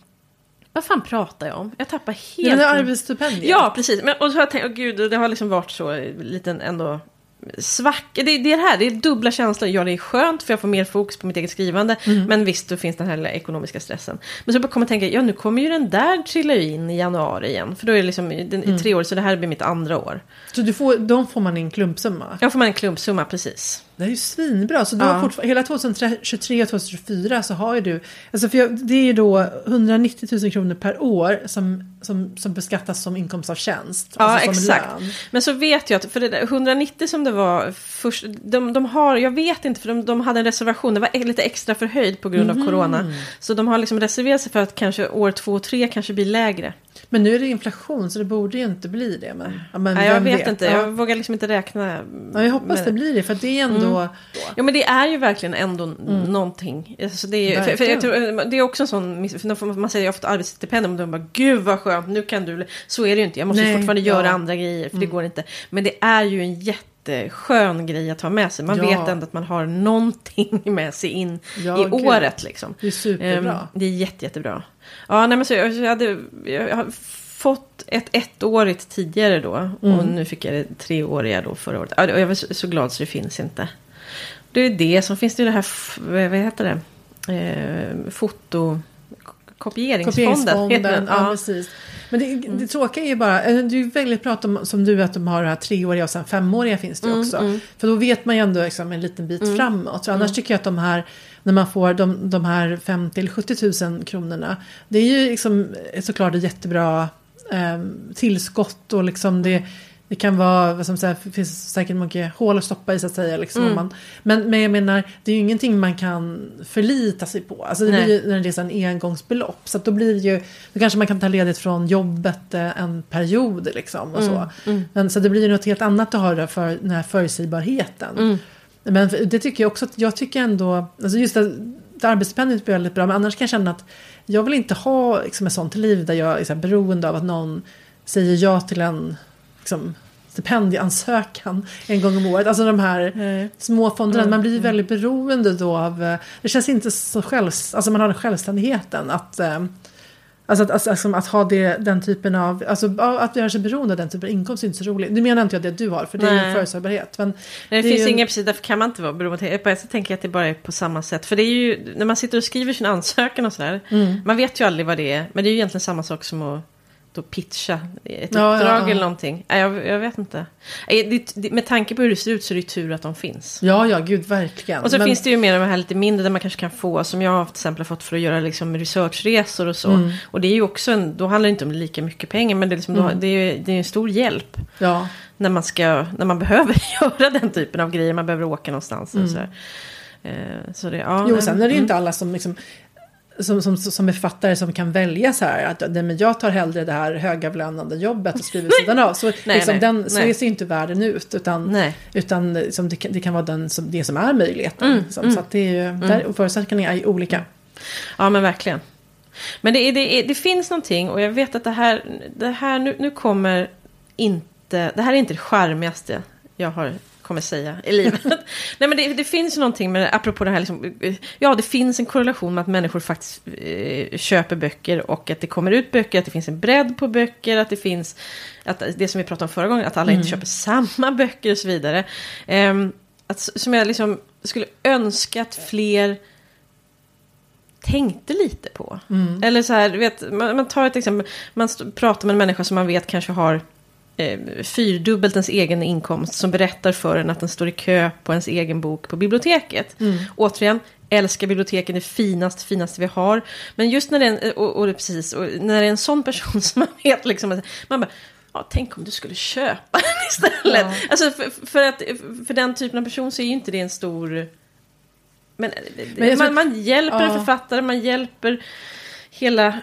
Vad fan pratar jag om? Jag tappar helt... Det är arbetsstipendiet. Ja, precis. Men, och så har jag tänkt, oh, gud, det har liksom varit så liten ändå... Svack, det, det är det här, det är dubbla känslor. Ja, det är skönt för jag får mer fokus på mitt eget skrivande. Mm. Men visst, då finns den här ekonomiska stressen. Men så bara kommer jag tänka, ja nu kommer ju den där trilla in i januari igen. För då är det liksom den, mm. i tre år, så det här blir mitt andra år. Så du får, de får man en klumpsumma? Ja, får man en klumpsumma, precis. Det är ju svinbra. Så du ja. har fortfar- hela tjugohundratjugotre och tjugohundratjugofyra så har ju du... Alltså för jag, det är ju då hundranittio tusen kronor per år som, som, som beskattas som inkomst av tjänst. Ja, alltså exakt. Lön. Men så vet jag att för det där, hundranittio som det var först... De, de har, jag vet inte, för de, de hade en reservation. Det var lite extra förhöjd på grund mm. av corona. Så de har liksom reserverat sig för att kanske år två och tre kanske blir lägre. Men nu är det inflation så det borde ju inte bli det. Men, ja, men ja, jag vet, vet inte, jag vågar liksom inte räkna. Ja, jag hoppas det blir det, för det är ändå... Mm. Ja, men det är ju verkligen ändå mm. någonting. Alltså det, är, för, för jag tror, det är också en sån... För man säger, jag har fått arbetsstipendium och de bara, gud vad skönt, nu kan du... Så är det ju inte, jag måste Nej, fortfarande ja. göra andra grejer, för mm. det går inte. Men det är ju en jätteskön grej att ha med sig. Man ja. vet ändå att man har någonting med sig in ja, i gud. året. Liksom. Det är superbra. Um, det är jätte, jättebra. Ja, nej, men så jag, jag hade... Jag har fått ett ettårigt tidigare då. Mm. Och nu fick jag det treåriga då förra året. Och jag var så, så glad så det finns inte. Det är det som finns det, det här, vad heter det? Eh, foto... Kopieringsfonden. Kopieringsfonden, ja, ja precis. Men det, det mm. tråkiga är ju bara, du väldigt pratar om som du att de har det här treåriga och sen femåriga finns det mm, också. Mm. För då vet man ju ändå liksom en liten bit mm. framåt. Så annars mm. tycker jag att de här, när man får de, de här femtio till sjuttio tusen kronorna, det är ju liksom såklart ett jättebra eh, tillskott och liksom det Det kan vara, vad som säger, det finns säkert mycket hål att stoppa i så att säga. Liksom, mm. man, men, men jag menar, det är ju ingenting man kan förlita sig på. Alltså det Nej. blir ju när det är en engångsbelopp. Så att då blir det ju, då kanske man kan ta ledigt från jobbet en period liksom och så. Mm. Mm. Men så det blir ju något helt annat att ha det för den här förutsägbarheten. Mm. Men det tycker jag också, att jag tycker ändå, alltså just det, det arbetspenningen blir väldigt bra. Men annars kan jag känna att jag vill inte ha liksom, ett sånt liv där jag är så här, beroende av att någon säger ja till en liksom, stipendieansökan en gång om året. Alltså de här mm. små fonderna. Mm. Man blir väldigt beroende då av... Det känns inte så självs... Alltså man har den självständigheten att... Alltså att, alltså, alltså, att ha det, den typen av... Alltså att göra sig beroende av den typen av inkomst är inte så roligt. Nu menar inte jag det du har, för det Nej. är ju förutsägbarhet. Men Nej, det, det finns ju... ingen... Precis, därför kan man inte vara beroende. På ett sätt tänker jag att det bara är på samma sätt. För det är ju... När man sitter och skriver sin ansökan och sådär. Mm. Man vet ju aldrig vad det är. Men det är ju egentligen samma sak som att... då pitcha ett ja, uppdrag ja, ja. eller någonting. Nej, jag, jag vet inte. Det, det, med tanke på hur det ser ut så är det tur att de finns. Ja, ja, gud, verkligen. Och så Men... finns det ju mer de här lite mindre där man kanske kan få, som jag har till exempel fått för att göra liksom researchresor och så. Mm. Och det är ju också en, då handlar det inte om lika mycket pengar, men det är, liksom, mm. då, det är, det är en stor hjälp. Ja. När man ska, när man behöver göra den typen av grejer, man behöver åka någonstans mm. och sådär. Eh, så det, ja, jo, sen är det ju mm. inte alla som liksom... Som, som, som är författare som kan välja så här att nej, men jag tar hellre det här högavlönande jobbet och skriver sidan av. Så, nej, liksom, nej, den, så nej. ser inte världen ut utan, utan liksom, det, det kan vara den som, det som är möjligheten. Mm, liksom. mm, så att det är ju, mm. där, och förutsättningarna är ju olika. Ja, men verkligen. Men det, är, det, är, det finns någonting, och jag vet att det här, det här nu, nu kommer inte, det här är inte det charmigaste jag har kommer säga i livet. Nej, men det, det finns ju någonting med, apropå det här liksom, ja, det finns en korrelation med att människor faktiskt eh, köper böcker och att det kommer ut böcker, att det finns en bredd på böcker, att det finns att det som vi pratade om förra gången, att alla mm. inte köper samma böcker och så vidare. Eh, att, som jag liksom skulle önska att fler tänkte lite på. Mm. Eller så här, vet, man, man tar ett exempel, man st- pratar med en människa som man vet kanske har eh, fyrdubbelt ens egen inkomst som berättar för en att den står i kö på ens egen bok på biblioteket. Mm. Återigen, älskar biblioteken, det finaste, finaste vi har. Men just när det är en, och, och det precis, och när det är en sån person som man vet liksom, att man bara, ja, tänk om du skulle köpa den istället. Ja. Alltså för, för, att, för den typen av person så är ju inte det en stor... Men, men man, man hjälper ja. en författare, man hjälper hela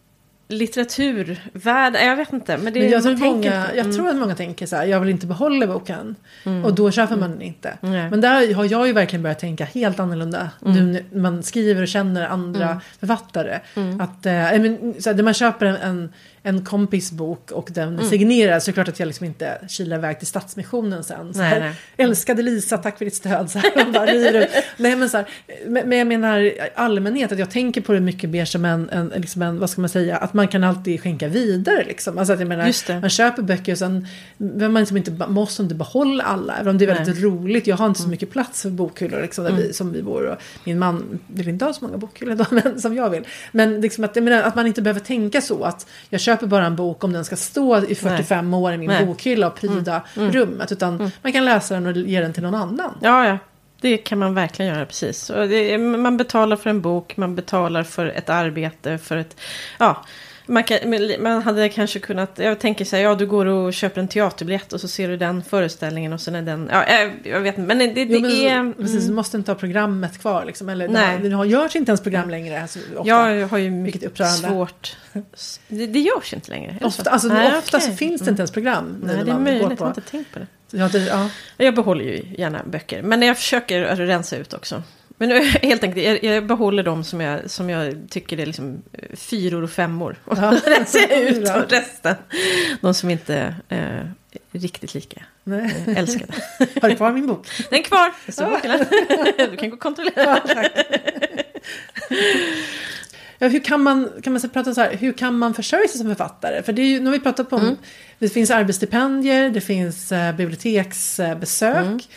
litteraturvärlden, jag vet inte. Men det men jag, tror tänker, många, jag mm. tror att många tänker så här, jag vill inte behålla boken. Mm. Och då köper man den inte. Mm. Men där har jag ju verkligen börjat tänka helt annorlunda. Mm. Nu när man skriver och känner andra mm. författare. Mm. Att, äh, men, så här, när man köper en, en, en kompis bok och den mm. signerar, så är det klart att jag liksom inte kilar iväg till Stadsmissionen sen. Så här, nej, nej. Älskade Lisa, tack för ditt stöd. Så här, bara, nej, men, så här, men, men jag menar allmänhet, att jag tänker på det mycket mer som en, en, liksom en, vad ska man säga, att man kan alltid skänka vidare. Liksom. Alltså att jag menar, man köper böcker och sen man liksom inte, måste inte behålla alla. Även om det är väldigt nej. roligt. Jag har inte så mycket plats för bokhyllor liksom, där mm. vi, som vi bor. Och min man vill inte ha så många bokhyllor då, men, som jag vill. Men liksom att, jag menar, att man inte behöver tänka så att jag köper bara en bok om den ska stå i fyrtiofem nej. år i min nej. bokhylla och pryda mm. rummet. Utan mm. man kan läsa den och ge den till någon annan. Ja, ja. Det kan man verkligen göra, precis. Och det, man betalar för en bok, man betalar för ett arbete, för ett... Ja, man, kan, man hade kanske kunnat... Jag tänker så här, ja, du går och köper en teaterbiljett och så ser du den föreställningen och sen är den... Ja, jag, jag vet inte, men det, det jo, men, är... Mm. Precis, du måste inte ha programmet kvar, liksom. Eller nej. Det har, görs inte ens program längre. Alltså, ofta, jag har ju mycket svårt... Det, det görs inte längre. Ofta, alltså, nej, ofta okay. så finns det inte ens program. Nej, det är möjligt, jag har inte tänkt på det. Ja, det, ja. Jag behåller ju gärna böcker. Men jag försöker rensa ut också. Men nu, helt enkelt, jag, jag behåller dem som jag, som jag tycker är liksom fyror och femmor. Och ja. rensar jag ut och resten. De som inte eh, är riktigt lika eh, älskade. Har du kvar min bok? Den är kvar. Ja. Du kan gå och kontrollera. Ja, ja, hur kan man, kan man prata så här, hur kan man försörja sig som författare? För det är ju, nu har vi pratat på, mm. det finns arbetsstipendier, det finns uh, biblioteksbesök. Mm.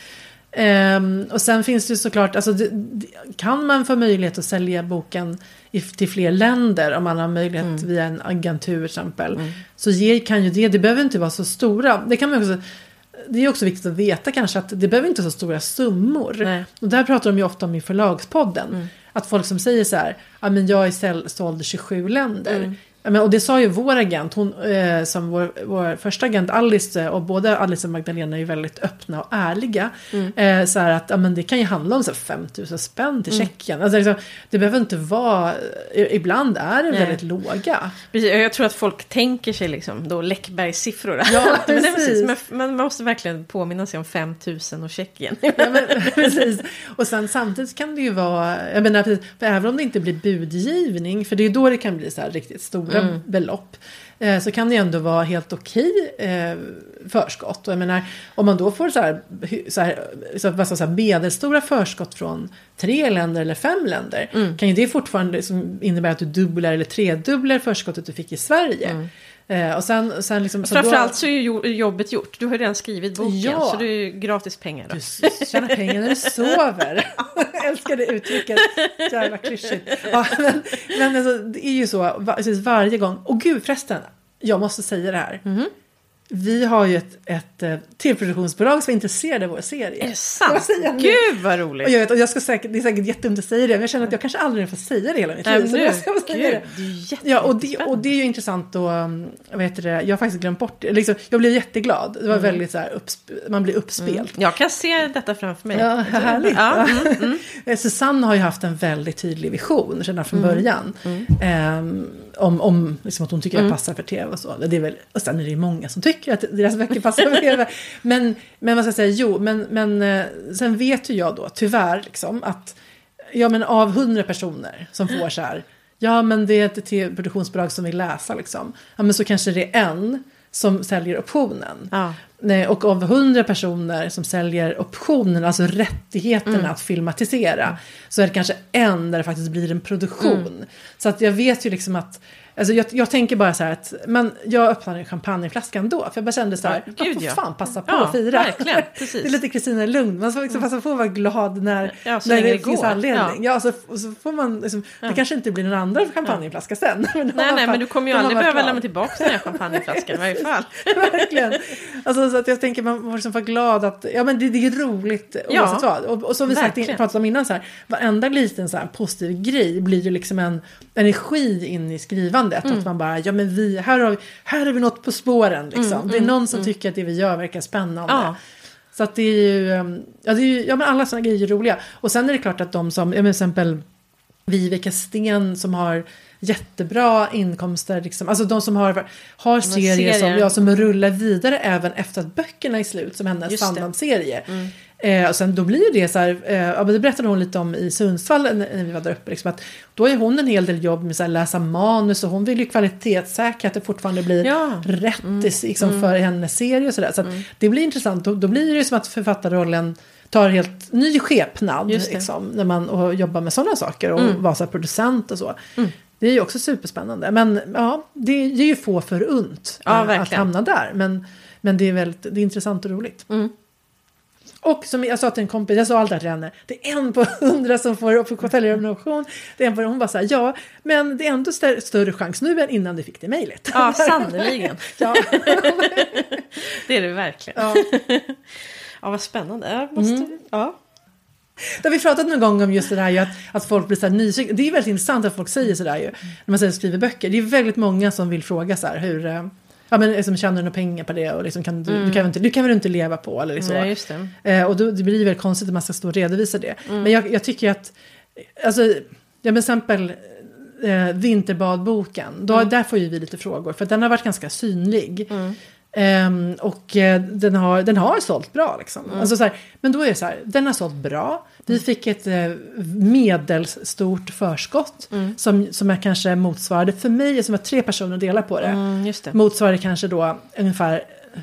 Um, och sen finns det ju såklart, alltså, det, det, kan man få möjlighet att sälja boken i, till fler länder, om man har möjlighet mm. via en agentur till exempel, mm. så ge, kan ju det, det behöver inte vara så stora, det kan man också, det är också viktigt att veta kanske att det behöver inte vara så stora summor. Nej. Och där pratar de ju ofta om i förlagspodden, mm. att folk som säger så här, ja men jag är såld i tjugosju länder. Mm. Ja, men, och det sa ju vår agent, hon, eh, som vår, vår första agent Alice, och både Alice och Magdalena är ju väldigt öppna och ärliga. Mm. Eh, så här att ja, men det kan ju handla om så fem tusen spänn till mm. Tjeckien. Alltså, liksom, det behöver inte vara, ibland är det Nej. väldigt låga. Precis, jag tror att folk tänker sig liksom då Läckbergs siffror. Ja, men det är precis. Men man måste verkligen påminna sig om fem tusen och Tjeckien. Ja, men, precis. Och sen samtidigt kan det ju vara, jag menar, för även om det inte blir budgivning, för det är då det kan bli så här riktigt stora Mm. belopp, eh, så kan det ändå vara helt okej eh, förskott. Och jag menar, om man då får så här, så här, så här, så här medelstora förskott från tre länder eller fem länder, mm. kan ju det fortfarande som innebära att du dubblar eller tredubblar förskottet du fick i Sverige. Mm. Eh, och sen, sen liksom, så framförallt då, så är ju jobbet gjort. Du har ju redan skrivit boken, ja. Så det är ju gratis pengar då. Du tjänar pengar när du sover. Jag älskar det uttrycket. Jävla klyschigt. Ja, men men alltså, det är ju så var, varje gång. Och gud förresten, jag måste säga det här. Mm-hmm. Vi har ju ett, ett, ett tv-produktionsbolag som är intresserade av vår serie. Är det sant? Gud vad roligt. Och jag vet, och jag ska säkert, det är säkert jättedumt att säga det, men jag känner att jag kanske aldrig får säga det hela mitt liv. Så jag ska säga Gud, det. Det är ja, och det, och det är ju intressant och vad heter det, jag har faktiskt glömt bort det. Liksom, jag blev jätteglad. Det var mm. väldigt så här, uppsp- man blir uppspelt. Mm. Jag kan se detta framför mig. Ja, härligt. Ja, mm, mm. Susanne har ju haft en väldigt tydlig vision redan från mm. början. Mm. Um, om om liksom att hon tycker mm. att jag passar för tv och så. Det är väl, och sen är det många som tycker att deras böcker passar för tv. Men, men vad ska jag säga, jo, men, men sen vet ju jag då tyvärr liksom att ja, men av hundra personer som får så här, ja men det är ett tv-produktionsbolag som vill läsa liksom. Ja men så kanske det är en som säljer optionen. Ja. Nej, och av hundra personer som säljer optionen, alltså rättigheterna mm. att filmatisera, så är det kanske en där det faktiskt blir en produktion. Mm. Så att jag vet ju liksom att Alltså jag, jag tänker bara så här att men jag öppnade champagneflaskan då. För jag bara kände så här, ja, man gud, får ja. fan passa på ja, att fira. Verkligen, precis. Det är lite Kristina Lund. Man får liksom passa på att vara glad när, ja, när det, det finns går. anledning. Ja. Ja, så, så får man liksom, ja. Det kanske inte blir någon andra champagneflaska ja. sen. Men nej, nej, men du kommer ju aldrig behöva glad. lämna tillbaka den här champagneflaskan i varje fall. Verkligen. Alltså, så att jag tänker man får liksom vara glad att ja, men det, det är roligt ja, oavsett vad. Och, och som vi sagt, pratat om innan så här, varenda liten så här positiv grej blir ju liksom en energi in i skrivandet. Mm. Att man bara, ja men vi, här har vi, här har vi något på spåren liksom. Mm, det är någon som mm. tycker att det vi gör verkar spännande. Ja. Så att det är ju, ja, det är ju, ja men alla sådana grejer är roliga. Och sen är det klart att de som, ja men till exempel Viveka Sten som har jättebra inkomster liksom. Alltså de som har, har serier, serier. Som, ja, som rullar vidare även efter att böckerna är slut, som hennes Sandland-serie. Mm. Eh, och sen då blir ju det så här, eh, ja, det berättade hon lite om i Sundsvall när, när vi var där uppe liksom, att då är hon en hel del jobb med att läsa manus och hon vill ju kvalitetssäkra att det fortfarande blir ja. rätt mm. liksom, mm. för hennes serie och sådär. Så att mm. det blir intressant, då, då blir det ju som att författarrollen tar helt ny skepnad liksom, när man och jobbar med sådana saker och mm. vara så här producent och så. Mm. Det är ju också superspännande. Men ja, det är ju få förunt ja, att hamna där. Men, men det är väldigt det är intressant och roligt. Mm. Och som jag sa till en kompis, jag sa alltid till henne, det är en på hundra som får upp på television. Det är en på, hon bara så här, ja, men det är ändå st- större chans nu än innan du fick det mejlet. Ja, sannoliken. Ja. Det är det verkligen. Ja, ja vad spännande. Jag måste, mm. ja. Då har vi pratat någon gång om just det där ju, att, att folk blir så här nyfikna. Det är väldigt intressant att folk säger sådär ju. När man säger skriver böcker. Det är väldigt många som vill fråga så här hur... Ja, men liksom, tjänar du några pengar på det? Och liksom, kan du, mm. du, kan väl inte, du kan väl inte leva på? Eller liksom. Nej, just det. Eh, och då, det blir väldigt konstigt att man ska stå och redovisa det. Mm. Men jag, jag tycker att... Alltså, ja, men exempel... Eh, Vinterbadboken. Då, mm. Där får ju vi lite frågor. För den har varit ganska synlig. Mm. Um, och uh, den, har, den har sålt bra liksom. Mm. Alltså, så här, men då är det så här, den har sålt bra. Vi mm. fick ett uh, medelstort förskott mm. som, som jag kanske motsvarade, för mig som var tre personer att dela på det, mm, just det. motsvarade kanske då ungefär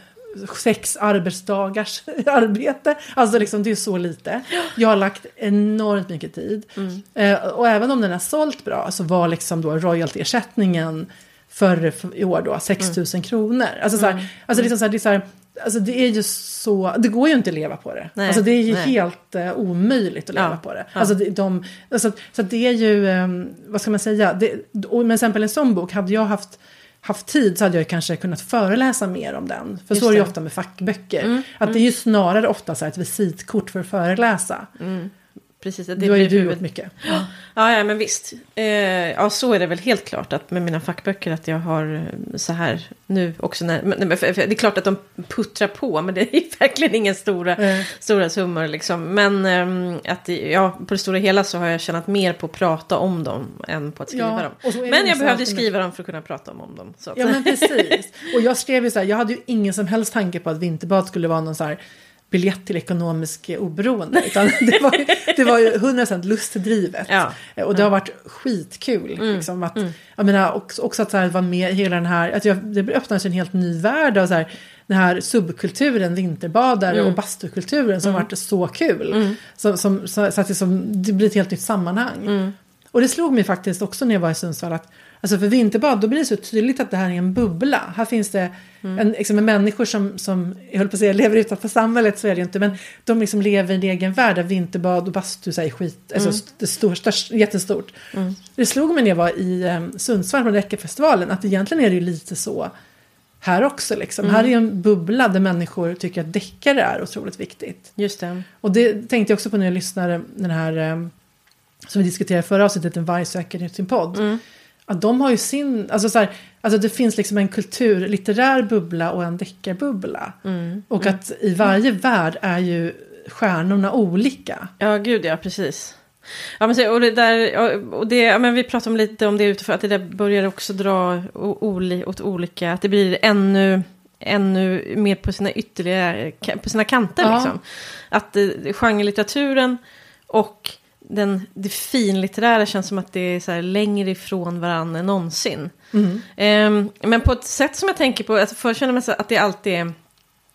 sex arbetsdagars arbete. Alltså liksom, det är så lite. Jag har lagt enormt mycket tid. Mm. Uh, och även om den har sålt bra så var liksom då royalty-ersättningen för i år då sex tusen mm. kronor. Alltså så här, mm. alltså liksom så här, det är så här, alltså det är ju så, det går ju inte att leva på det. Nej, alltså det är ju nej. helt uh, omöjligt att leva ja, på det. Ja. Alltså de, de alltså, så det är ju um, vad ska man säga, det, och med exempel en sån bok, hade jag haft haft tid så hade jag kanske kunnat föreläsa mer om den. För just så är det ju ofta med fackböcker. Mm. Att mm. det är ju snarare ofta så här ett visitkort för att föreläsa. Mm. Precis, det har ju du gjort mycket. Ja. Ja, ja, men visst. Eh, ja, så är det väl helt klart att med mina fackböcker att jag har så här nu också. När, men, för, för, det är klart att de puttrar på, men det är verkligen ingen stora, mm. stora summor liksom. Men eh, att ja, på det stora hela så har jag tjänat mer på att prata om dem än på att skriva ja, dem. Men jag behövde skriva dem för att kunna prata om, om dem. Så. Ja, men precis. Och jag skrev ju så här, jag hade ju ingen som helst tanke på att Vinterbad skulle vara någon så här biljett till ekonomisk oberoende. Utan det var ju, det var ju hundra procent lustdrivet. Ja. Och det har varit skitkul. Mm. Liksom, att, mm. Jag menar, också, också att så här, vara med i hela den här... Att jag, det öppnades en helt ny värld av så här, den här subkulturen, vinterbadare mm. och bastukulturen som mm. varit så kul. Mm. Så, som, så, så att det, som, det blir ett helt nytt sammanhang. Mm. Och det slog mig faktiskt också när jag var i Sundsvall att alltså för vinterbad, då blir det så tydligt att det här är en bubbla. Här finns det mm. en, liksom en människor som, som, jag höll på att säga, lever utanför samhället, så är det ju inte. Men de liksom lever i en egen värld där vinterbad och bastu är skit, alltså mm. det stor, störst, jättestort. Mm. Det slog mig när jag var i um, Sundsvall på Räckefestivalen att egentligen är det ju lite så här också. Liksom. Mm. Här är en bubbla där människor tycker att deckare är otroligt viktigt. Just det. Och det tänkte jag också på när jag lyssnade den här, um, som vi diskuterade förra avsnittet, en varg söker ut sin podd. Mm. Att de har ju sin, alltså så här, alltså det finns liksom en kultur, litterär bubbla och en deckarbubbla. Mm, och mm. att i varje mm. värld är ju stjärnorna olika. Ja, gud ja, precis. Ja, men, och det där, och det, ja, men vi pratade om lite om det utifrån, att det där börjar också dra oli, åt olika, att det blir ännu, ännu mer på sina ytterligare, på sina kanter ja. liksom. Att eh, genrelitteraturen och den, det finlitterära känns som att det är så här längre ifrån varandra än någonsin. Mm. Um, men på ett sätt som jag tänker på, alltså för jag känner mig så att det alltid är,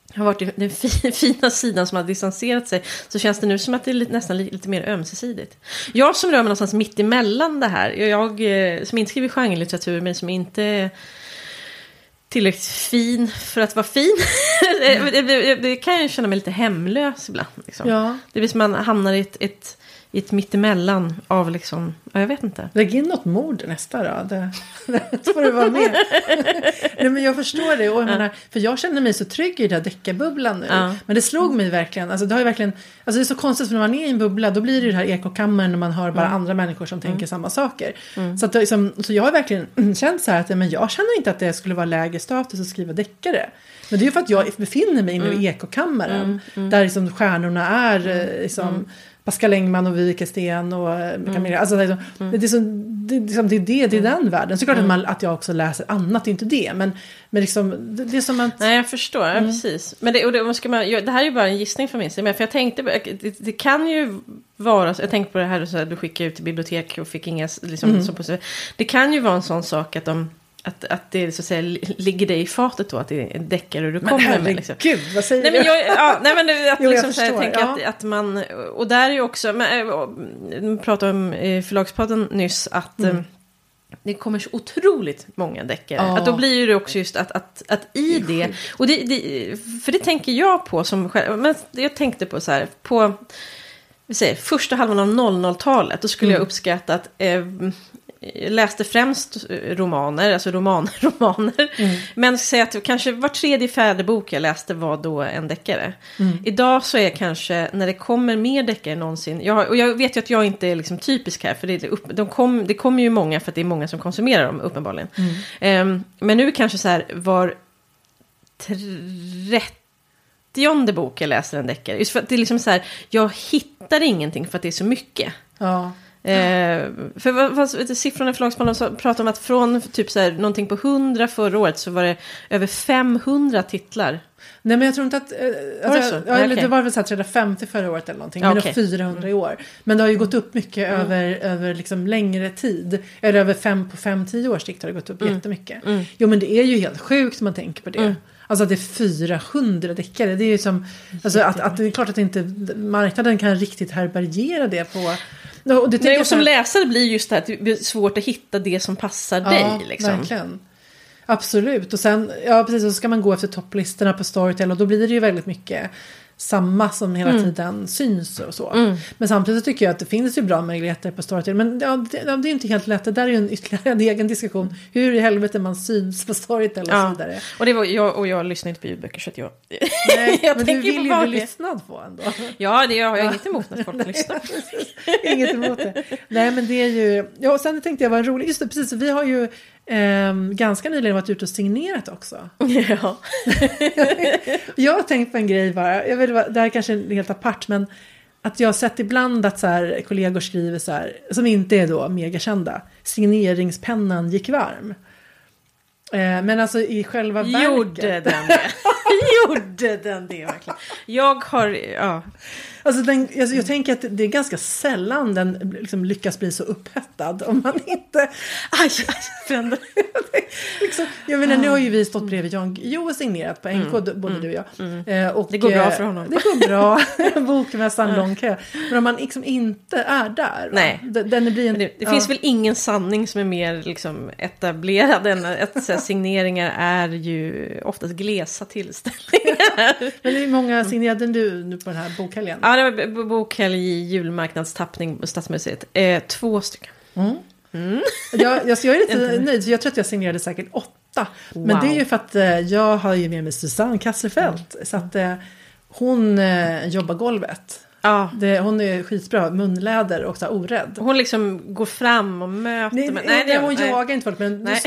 har varit den fi- fina sidan som har distanserat sig, så känns det nu som att det är lite, nästan lite, lite mer ömsesidigt. Jag som rör mig någonstans mitt emellan det här, jag, jag som inte skriver genrelitteratur men som inte är tillräckligt fin för att vara fin. Mm. det, det, det kan jag känna mig lite hemlös ibland. Liksom. Ja. Det blir som man hamnar i ett, ett, i ett mittemellan av liksom, ja, jag vet inte. Lägg in något mord nästa då. Det, det får du vara med. Nej, men jag förstår det. Och jag, ja. menar, för jag känner mig så trygg i den här deckarbubblan nu. Ja. Men det slog mig verkligen. Alltså, det, har ju verkligen alltså, det är så konstigt för när man är i en bubbla. Då blir det ju det här ekokammaren när man har bara mm. andra människor som mm. tänker samma saker. Mm. Så, att, liksom, så jag har verkligen känt så här att men jag känner inte att det skulle vara lägre status att skriva deckare. Men det är ju för att jag befinner mig inne i mm. ekokammaren. Mm. Mm. Där liksom stjärnorna är mm. liksom... Mm. Pascal Engman och Viveke Sten och Camilla. Mm. Alltså, det, är så, mm. det, är så, det, är liksom, det är det, det är den världen. Så klart mm. att, man, att jag också läser annat, inte det. Men, men liksom, det, det är som att... Nej, jag förstår, mm. ja, precis. Men det, och det, ska man, det här är ju bara en gissning för min sida. För jag tänkte, det, det kan ju vara... Jag tänkte på det här, så här du skickade ut till bibliotek och fick inga... Liksom, mm. så, det kan ju vara en sån sak att de... Att, att det så att säga ligger det i fatet då, att det är en deckare du kommer med. Liksom. Gud, vad säger nej, du? Men jag, ja, nej men att jo, liksom, jag så här, jag tänker ja. att, att man, och där är ju också, vi pratade om i förlagspodden nyss, att mm. det kommer så otroligt många deckare. Ja. Att då blir det också just att, att, att i det, det och det, det, för det tänker jag på som själv, men jag tänkte på så här, på vi säger, första halvan av noll noll-talet, då skulle mm. jag uppskatta att eh, jag läste främst romaner, alltså roman, romaner. Mm. Men säga att kanske var tredje fjärde bok jag läste var då en deckare. Mm. Idag så är kanske, när det kommer mer deckare någonsin, jag, och jag vet ju att jag inte är liksom typisk här, för det, upp, de kom, det kommer ju många för att det är många som konsumerar dem uppenbarligen. Mm. Um, men nu kanske så här var trettionde bok jag läser en deckare. Just för att det är liksom så här, jag hittar ingenting för att det är så mycket. Ja. Eh, för vad, vad, siffrorna i förlagsplanen pratar om att från typ så här, någonting på hundra förra året så var det över femhundra titlar. Nej, men jag tror inte att eh, alltså, det, ja, eller okay. det var väl så här trehundrafemtio förra året eller någonting, men okay. det var fyrahundra i år. Men det har ju gått upp mycket mm. över, över liksom längre tid. Eller över fem på fem tio års sikt har det gått upp mm. jättemycket. Mm. Jo, men det är ju helt sjukt om man tänker på det. Mm. Alltså att det är fyrahundra deckare. Det är ju som, alltså att, att det är klart att inte marknaden kan riktigt härbärgera det på. Och, det Nej, och som här, läsare blir just det här att det blir svårt att hitta det som passar ja, dig. Liksom. Verkligen. Absolut. Och sen, ja precis, så ska man gå efter topplistorna på Storytel och då blir det ju väldigt mycket samma som hela mm. tiden syns och så. Mm. Men samtidigt tycker jag att det finns ju bra möjligheter på Storytel. Men ja, det, ja, det är inte helt lätt. Det där är ju en ytterligare en egen diskussion. Hur i helvete man syns på Storytel och ja. så vidare. Och, det var, jag, och jag lyssnar inte på ljudböcker så att jag... Nej, jag men du vill ju bli lyssnad på ändå. Ja, det har jag inget emot när folk lyssnar. Inget emot det. Nej, men det är ju... Ja, och sen tänkte jag var roligt. Just det, precis. Vi har ju eh, ganska nyligen varit ute och signerat också. Ja. Jag har tänkt på en grej bara. Jag vet, det här kanske är helt apart, men att jag har sett ibland att så här, kollegor skriver så här, som inte är då megakända, signeringspennan gick varm. Eh, men alltså i själva verket... Gjorde den det? Gjorde den det verkligen? Jag har... Ja. Alltså, den, alltså jag tänker att det är ganska sällan den liksom lyckas bli så upphettad om man inte... Aj, aj, liksom, jag menar, nu har ju vi stått bredvid Jan Guillou signerat på N K, mm. både du och jag. Mm. Eh, och, det går bra för honom. Det går bra. Bokmässan, lång kö. Men om man liksom inte är där... Nej. Va? Den blir en, det det ja. finns väl ingen sanning som är mer liksom, etablerad än att så här, signeringar är ju oftast glesa tillställningar. Men det är många signerade du nu på den här bokhelgen. Ja, det var bokhelg i julmarknadstappning på Stadsmuseet. Eh, två stycken. Mm. Mm. Jag, jag, jag är lite nöjd, så jag tror att jag signerade säkert åtta. Wow. Men det är ju för att eh, jag har ju med mig Susanne Kasselfelt. Mm. Så att eh, hon eh, jobbar golvet. Ja. Det, hon är skitbra, munläder och så här, orädd. Hon liksom går fram och möter. Nej, men, nej, nej, hon nej. jagar inte folk, men... Nej.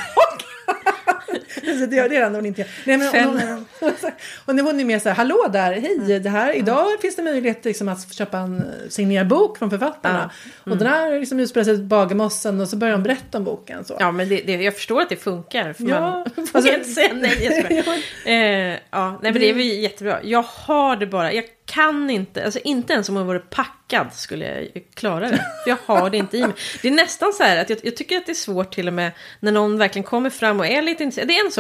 Så det gör det ändå hon inte. Nej, men hon, hon, hon, hon är mer så här, hallå där, hej, det här, idag mm. finns det möjlighet liksom, att köpa en signerad bok från författarna. Mm. Och den här liksom, utspelar sig i Bagarmossen och så börjar de berätta om boken. Så. Ja, men det, det, jag förstår att det funkar. För ja. Man får alltså, inte säga nej. eh, ja, nej, men det är väl jättebra. Jag har det bara, jag kan inte, alltså inte ens om man vore packad skulle jag klara det. För jag har det inte i mig. Det är nästan så här att jag, jag tycker att det är svårt till och med när någon verkligen kommer fram och är lite intresserad. Det är en sak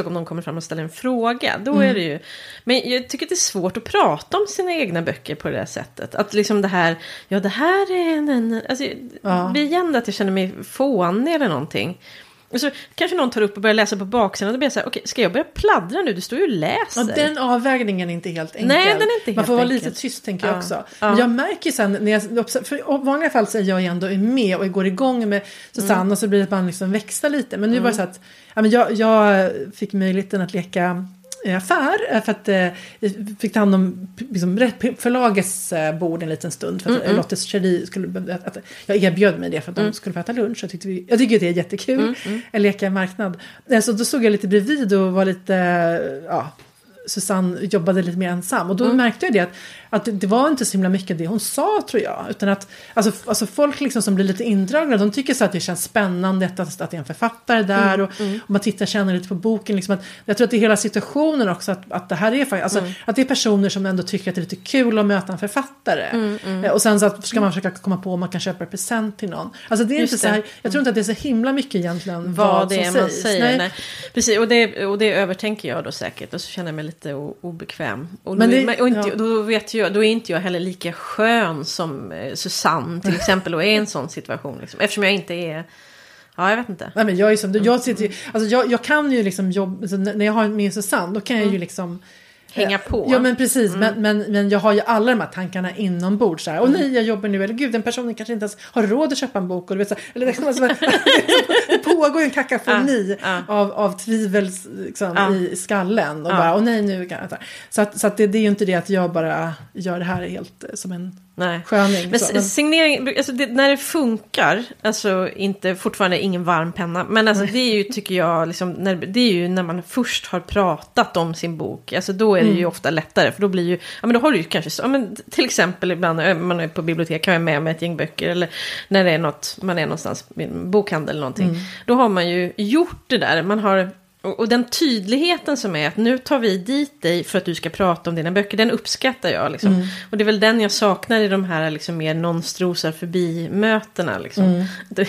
om någon kommer fram och ställer en fråga. Då Mm. är det ju... Men jag tycker att det är svårt att prata om sina egna böcker på det här sättet. Att liksom det här... Ja, det här är en... en alltså, Ja. det blir igen att jag känner mig fånig eller någonting. Och så kanske någon tar upp och börjar läsa på baksidan. Och då blir jag så här, okej, ska jag börja pladdra nu? Du står ju och läser. Och den avvägningen är inte helt enkel. Nej, den är inte helt Man får vara enkel. lite tyst, tänker jag Ja. också. Ja. Men jag märker sen, när jag, för i vanliga fall så är jag ändå med och går igång med Susanne. Mm. Och så blir det att man liksom växlar lite. Men nu mm. var det så att ja, men jag, jag fick möjligheten att leka affär för att eh, jag fick ta hand om liksom, förlagets eh, bord en liten stund för att mm, Lottes Cherie skulle att, att jag erbjöd mig det för att de mm. skulle få äta lunch. Jag, tyckte vi, jag tycker att det är jättekul mm, mm. att leka i marknad. Så då såg jag lite bredvid och var lite ja, Susanne jobbade lite mer ensam och då mm. märkte jag det att, att det var inte så himla mycket det hon sa, tror jag, utan att alltså, alltså folk liksom som blir lite indragna, de tycker så att det känns spännande att, att det är en författare där mm. Och, mm. och man tittar och känner lite på boken liksom att, jag tror att det är hela situationen också att, att det här är faktiskt, alltså, mm. att det är personer som ändå tycker att det är lite kul att möta en författare mm. Mm. och sen så att, ska man försöka komma på om man kan köpa en present till någon, alltså det är Just inte det. Så här, jag tror inte att det är så himla mycket egentligen vad, vad det är man sägs. säger. Nej. Nej. Precis, och det, och det övertänker jag då säkert och så känner jag mig lite o- obekväm och, Men då, det, och inte, ja. då vet jag, då är inte jag heller lika skön som eh, Susanne till exempel och är i en sån situation liksom. Eftersom jag inte är, ja jag vet inte. Nej men jag är som, jag sitter ju, alltså jag, jag kan ju liksom jobba, alltså när jag har min Susanne då kan jag ju liksom hänga på. Ja men precis, mm. men, men, men jag har ju alla de här tankarna inombords så här. Och mm. nej, jag jobbar nu, eller gud, den personen kanske inte ens har råd att köpa en bok. Och du vet, så här, eller liksom, alltså, det pågår en kakafoni ah, ah. av, av tvivel liksom, ah. i skallen. Och ah. bara, och nej nu kan jag. Så, att, så att det, det är ju inte det att jag bara gör det här helt som en Nej. sköning. Men, så, men signering, alltså det, när det funkar, alltså inte, fortfarande ingen varm penna, men alltså det är ju, tycker jag, liksom, när, det är ju när man först har pratat om sin bok, alltså då är det mm. ju ofta lättare, för då blir ju, ja men då har du ju kanske, ja, men till exempel ibland när man är på bibliotek, kan vara med med ett gäng böcker, eller när det är något, man är någonstans i en bokhandel eller någonting, mm. då har man ju gjort det där, man har. Och, och den tydligheten som är att nu tar vi dit dig för att du ska prata om dina böcker, den uppskattar jag liksom. Mm. Och det är väl den jag saknar i de här liksom mer non-strosar förbi-mötena liksom. Mm.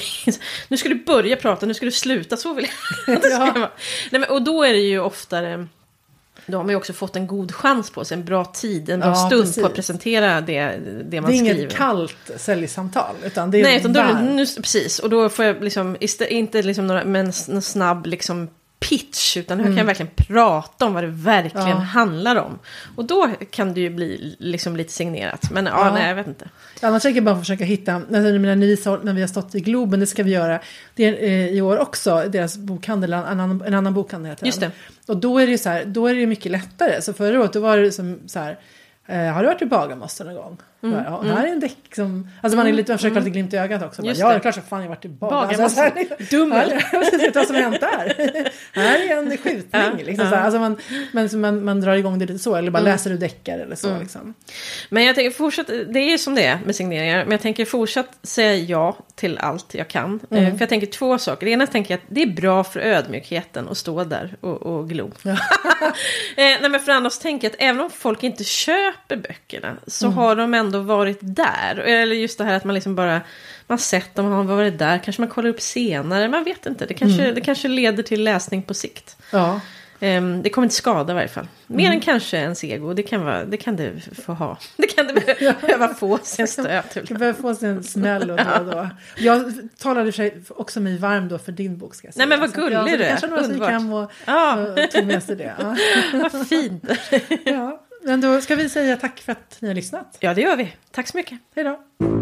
Nu ska du börja prata, nu ska du sluta, så vill jag att det ska vara. Nej, men, och då är det ju oftare, då har man ju också fått en god chans på sig, en bra tid, en bra ja, stund precis. På att presentera det, det man skriver. Det är inget kallt säljsamtal, utan det är Nej, utan då, nu, precis, och då får jag liksom, inte liksom några, men en snabb liksom pitch, utan nu mm. kan jag verkligen prata om vad det verkligen ja. handlar om. Och då kan det ju bli liksom lite signerat. Men ja, ja. nej, jag vet inte. Annars tänker jag bara försöka hitta, alltså, när, vi, när vi har stått i Globen, det ska vi göra det är, eh, i år också, deras bokhandel, en annan, en annan bokhandel heter Just det. Och då är det ju så här, då är det mycket lättare. Så förra året, då var det som så här, eh, har du varit i Bagarmossen någon gång? Mm. Ja, och här är en däck som, alltså man är lite, man försöker mm. lite glimt i ögat också. Bara, ja, det är klart så fan jag har varit i Bagarmossen. Alltså, dummel. Jag vet inte vad som har hänt där. Här är en skjutning. Ja, liksom, ja. Så här. Alltså man, men man, man drar igång det lite så, eller bara mm. läser du deckar eller så. Mm. Liksom. Men jag tänker fortsatt, det är som det är med signeringar, men jag tänker fortsatt säga ja till allt jag kan. Mm. För jag tänker två saker. Det ena tänker jag att det är bra för ödmjukheten att stå där och, och glo. Ja. Nej, men för annars tänker jag att även om folk inte köper böckerna så mm. har de ändå varit där. Eller just det här att man liksom bara, man har sett om man har varit där, kanske man kollar upp senare, man vet inte, det kanske, mm. det kanske leder till läsning på sikt. Ja. Um, det kommer inte skada i varje fall. Mer mm. än kanske ens ego, det kan, vara, det kan det få ha. Det kan det behöva få sin stöt. Det behöver få sin smäll och då och då. Jag talade i sig också mig varm då för din bok, ska jag säga. Nej men vad gullig du är. Kanske några som gick hem och, ja. och tog med sig det. Ja. Vad fint. Ja. Men då ska vi säga tack för att ni har lyssnat. Ja, det gör vi. Tack så mycket. Hej då.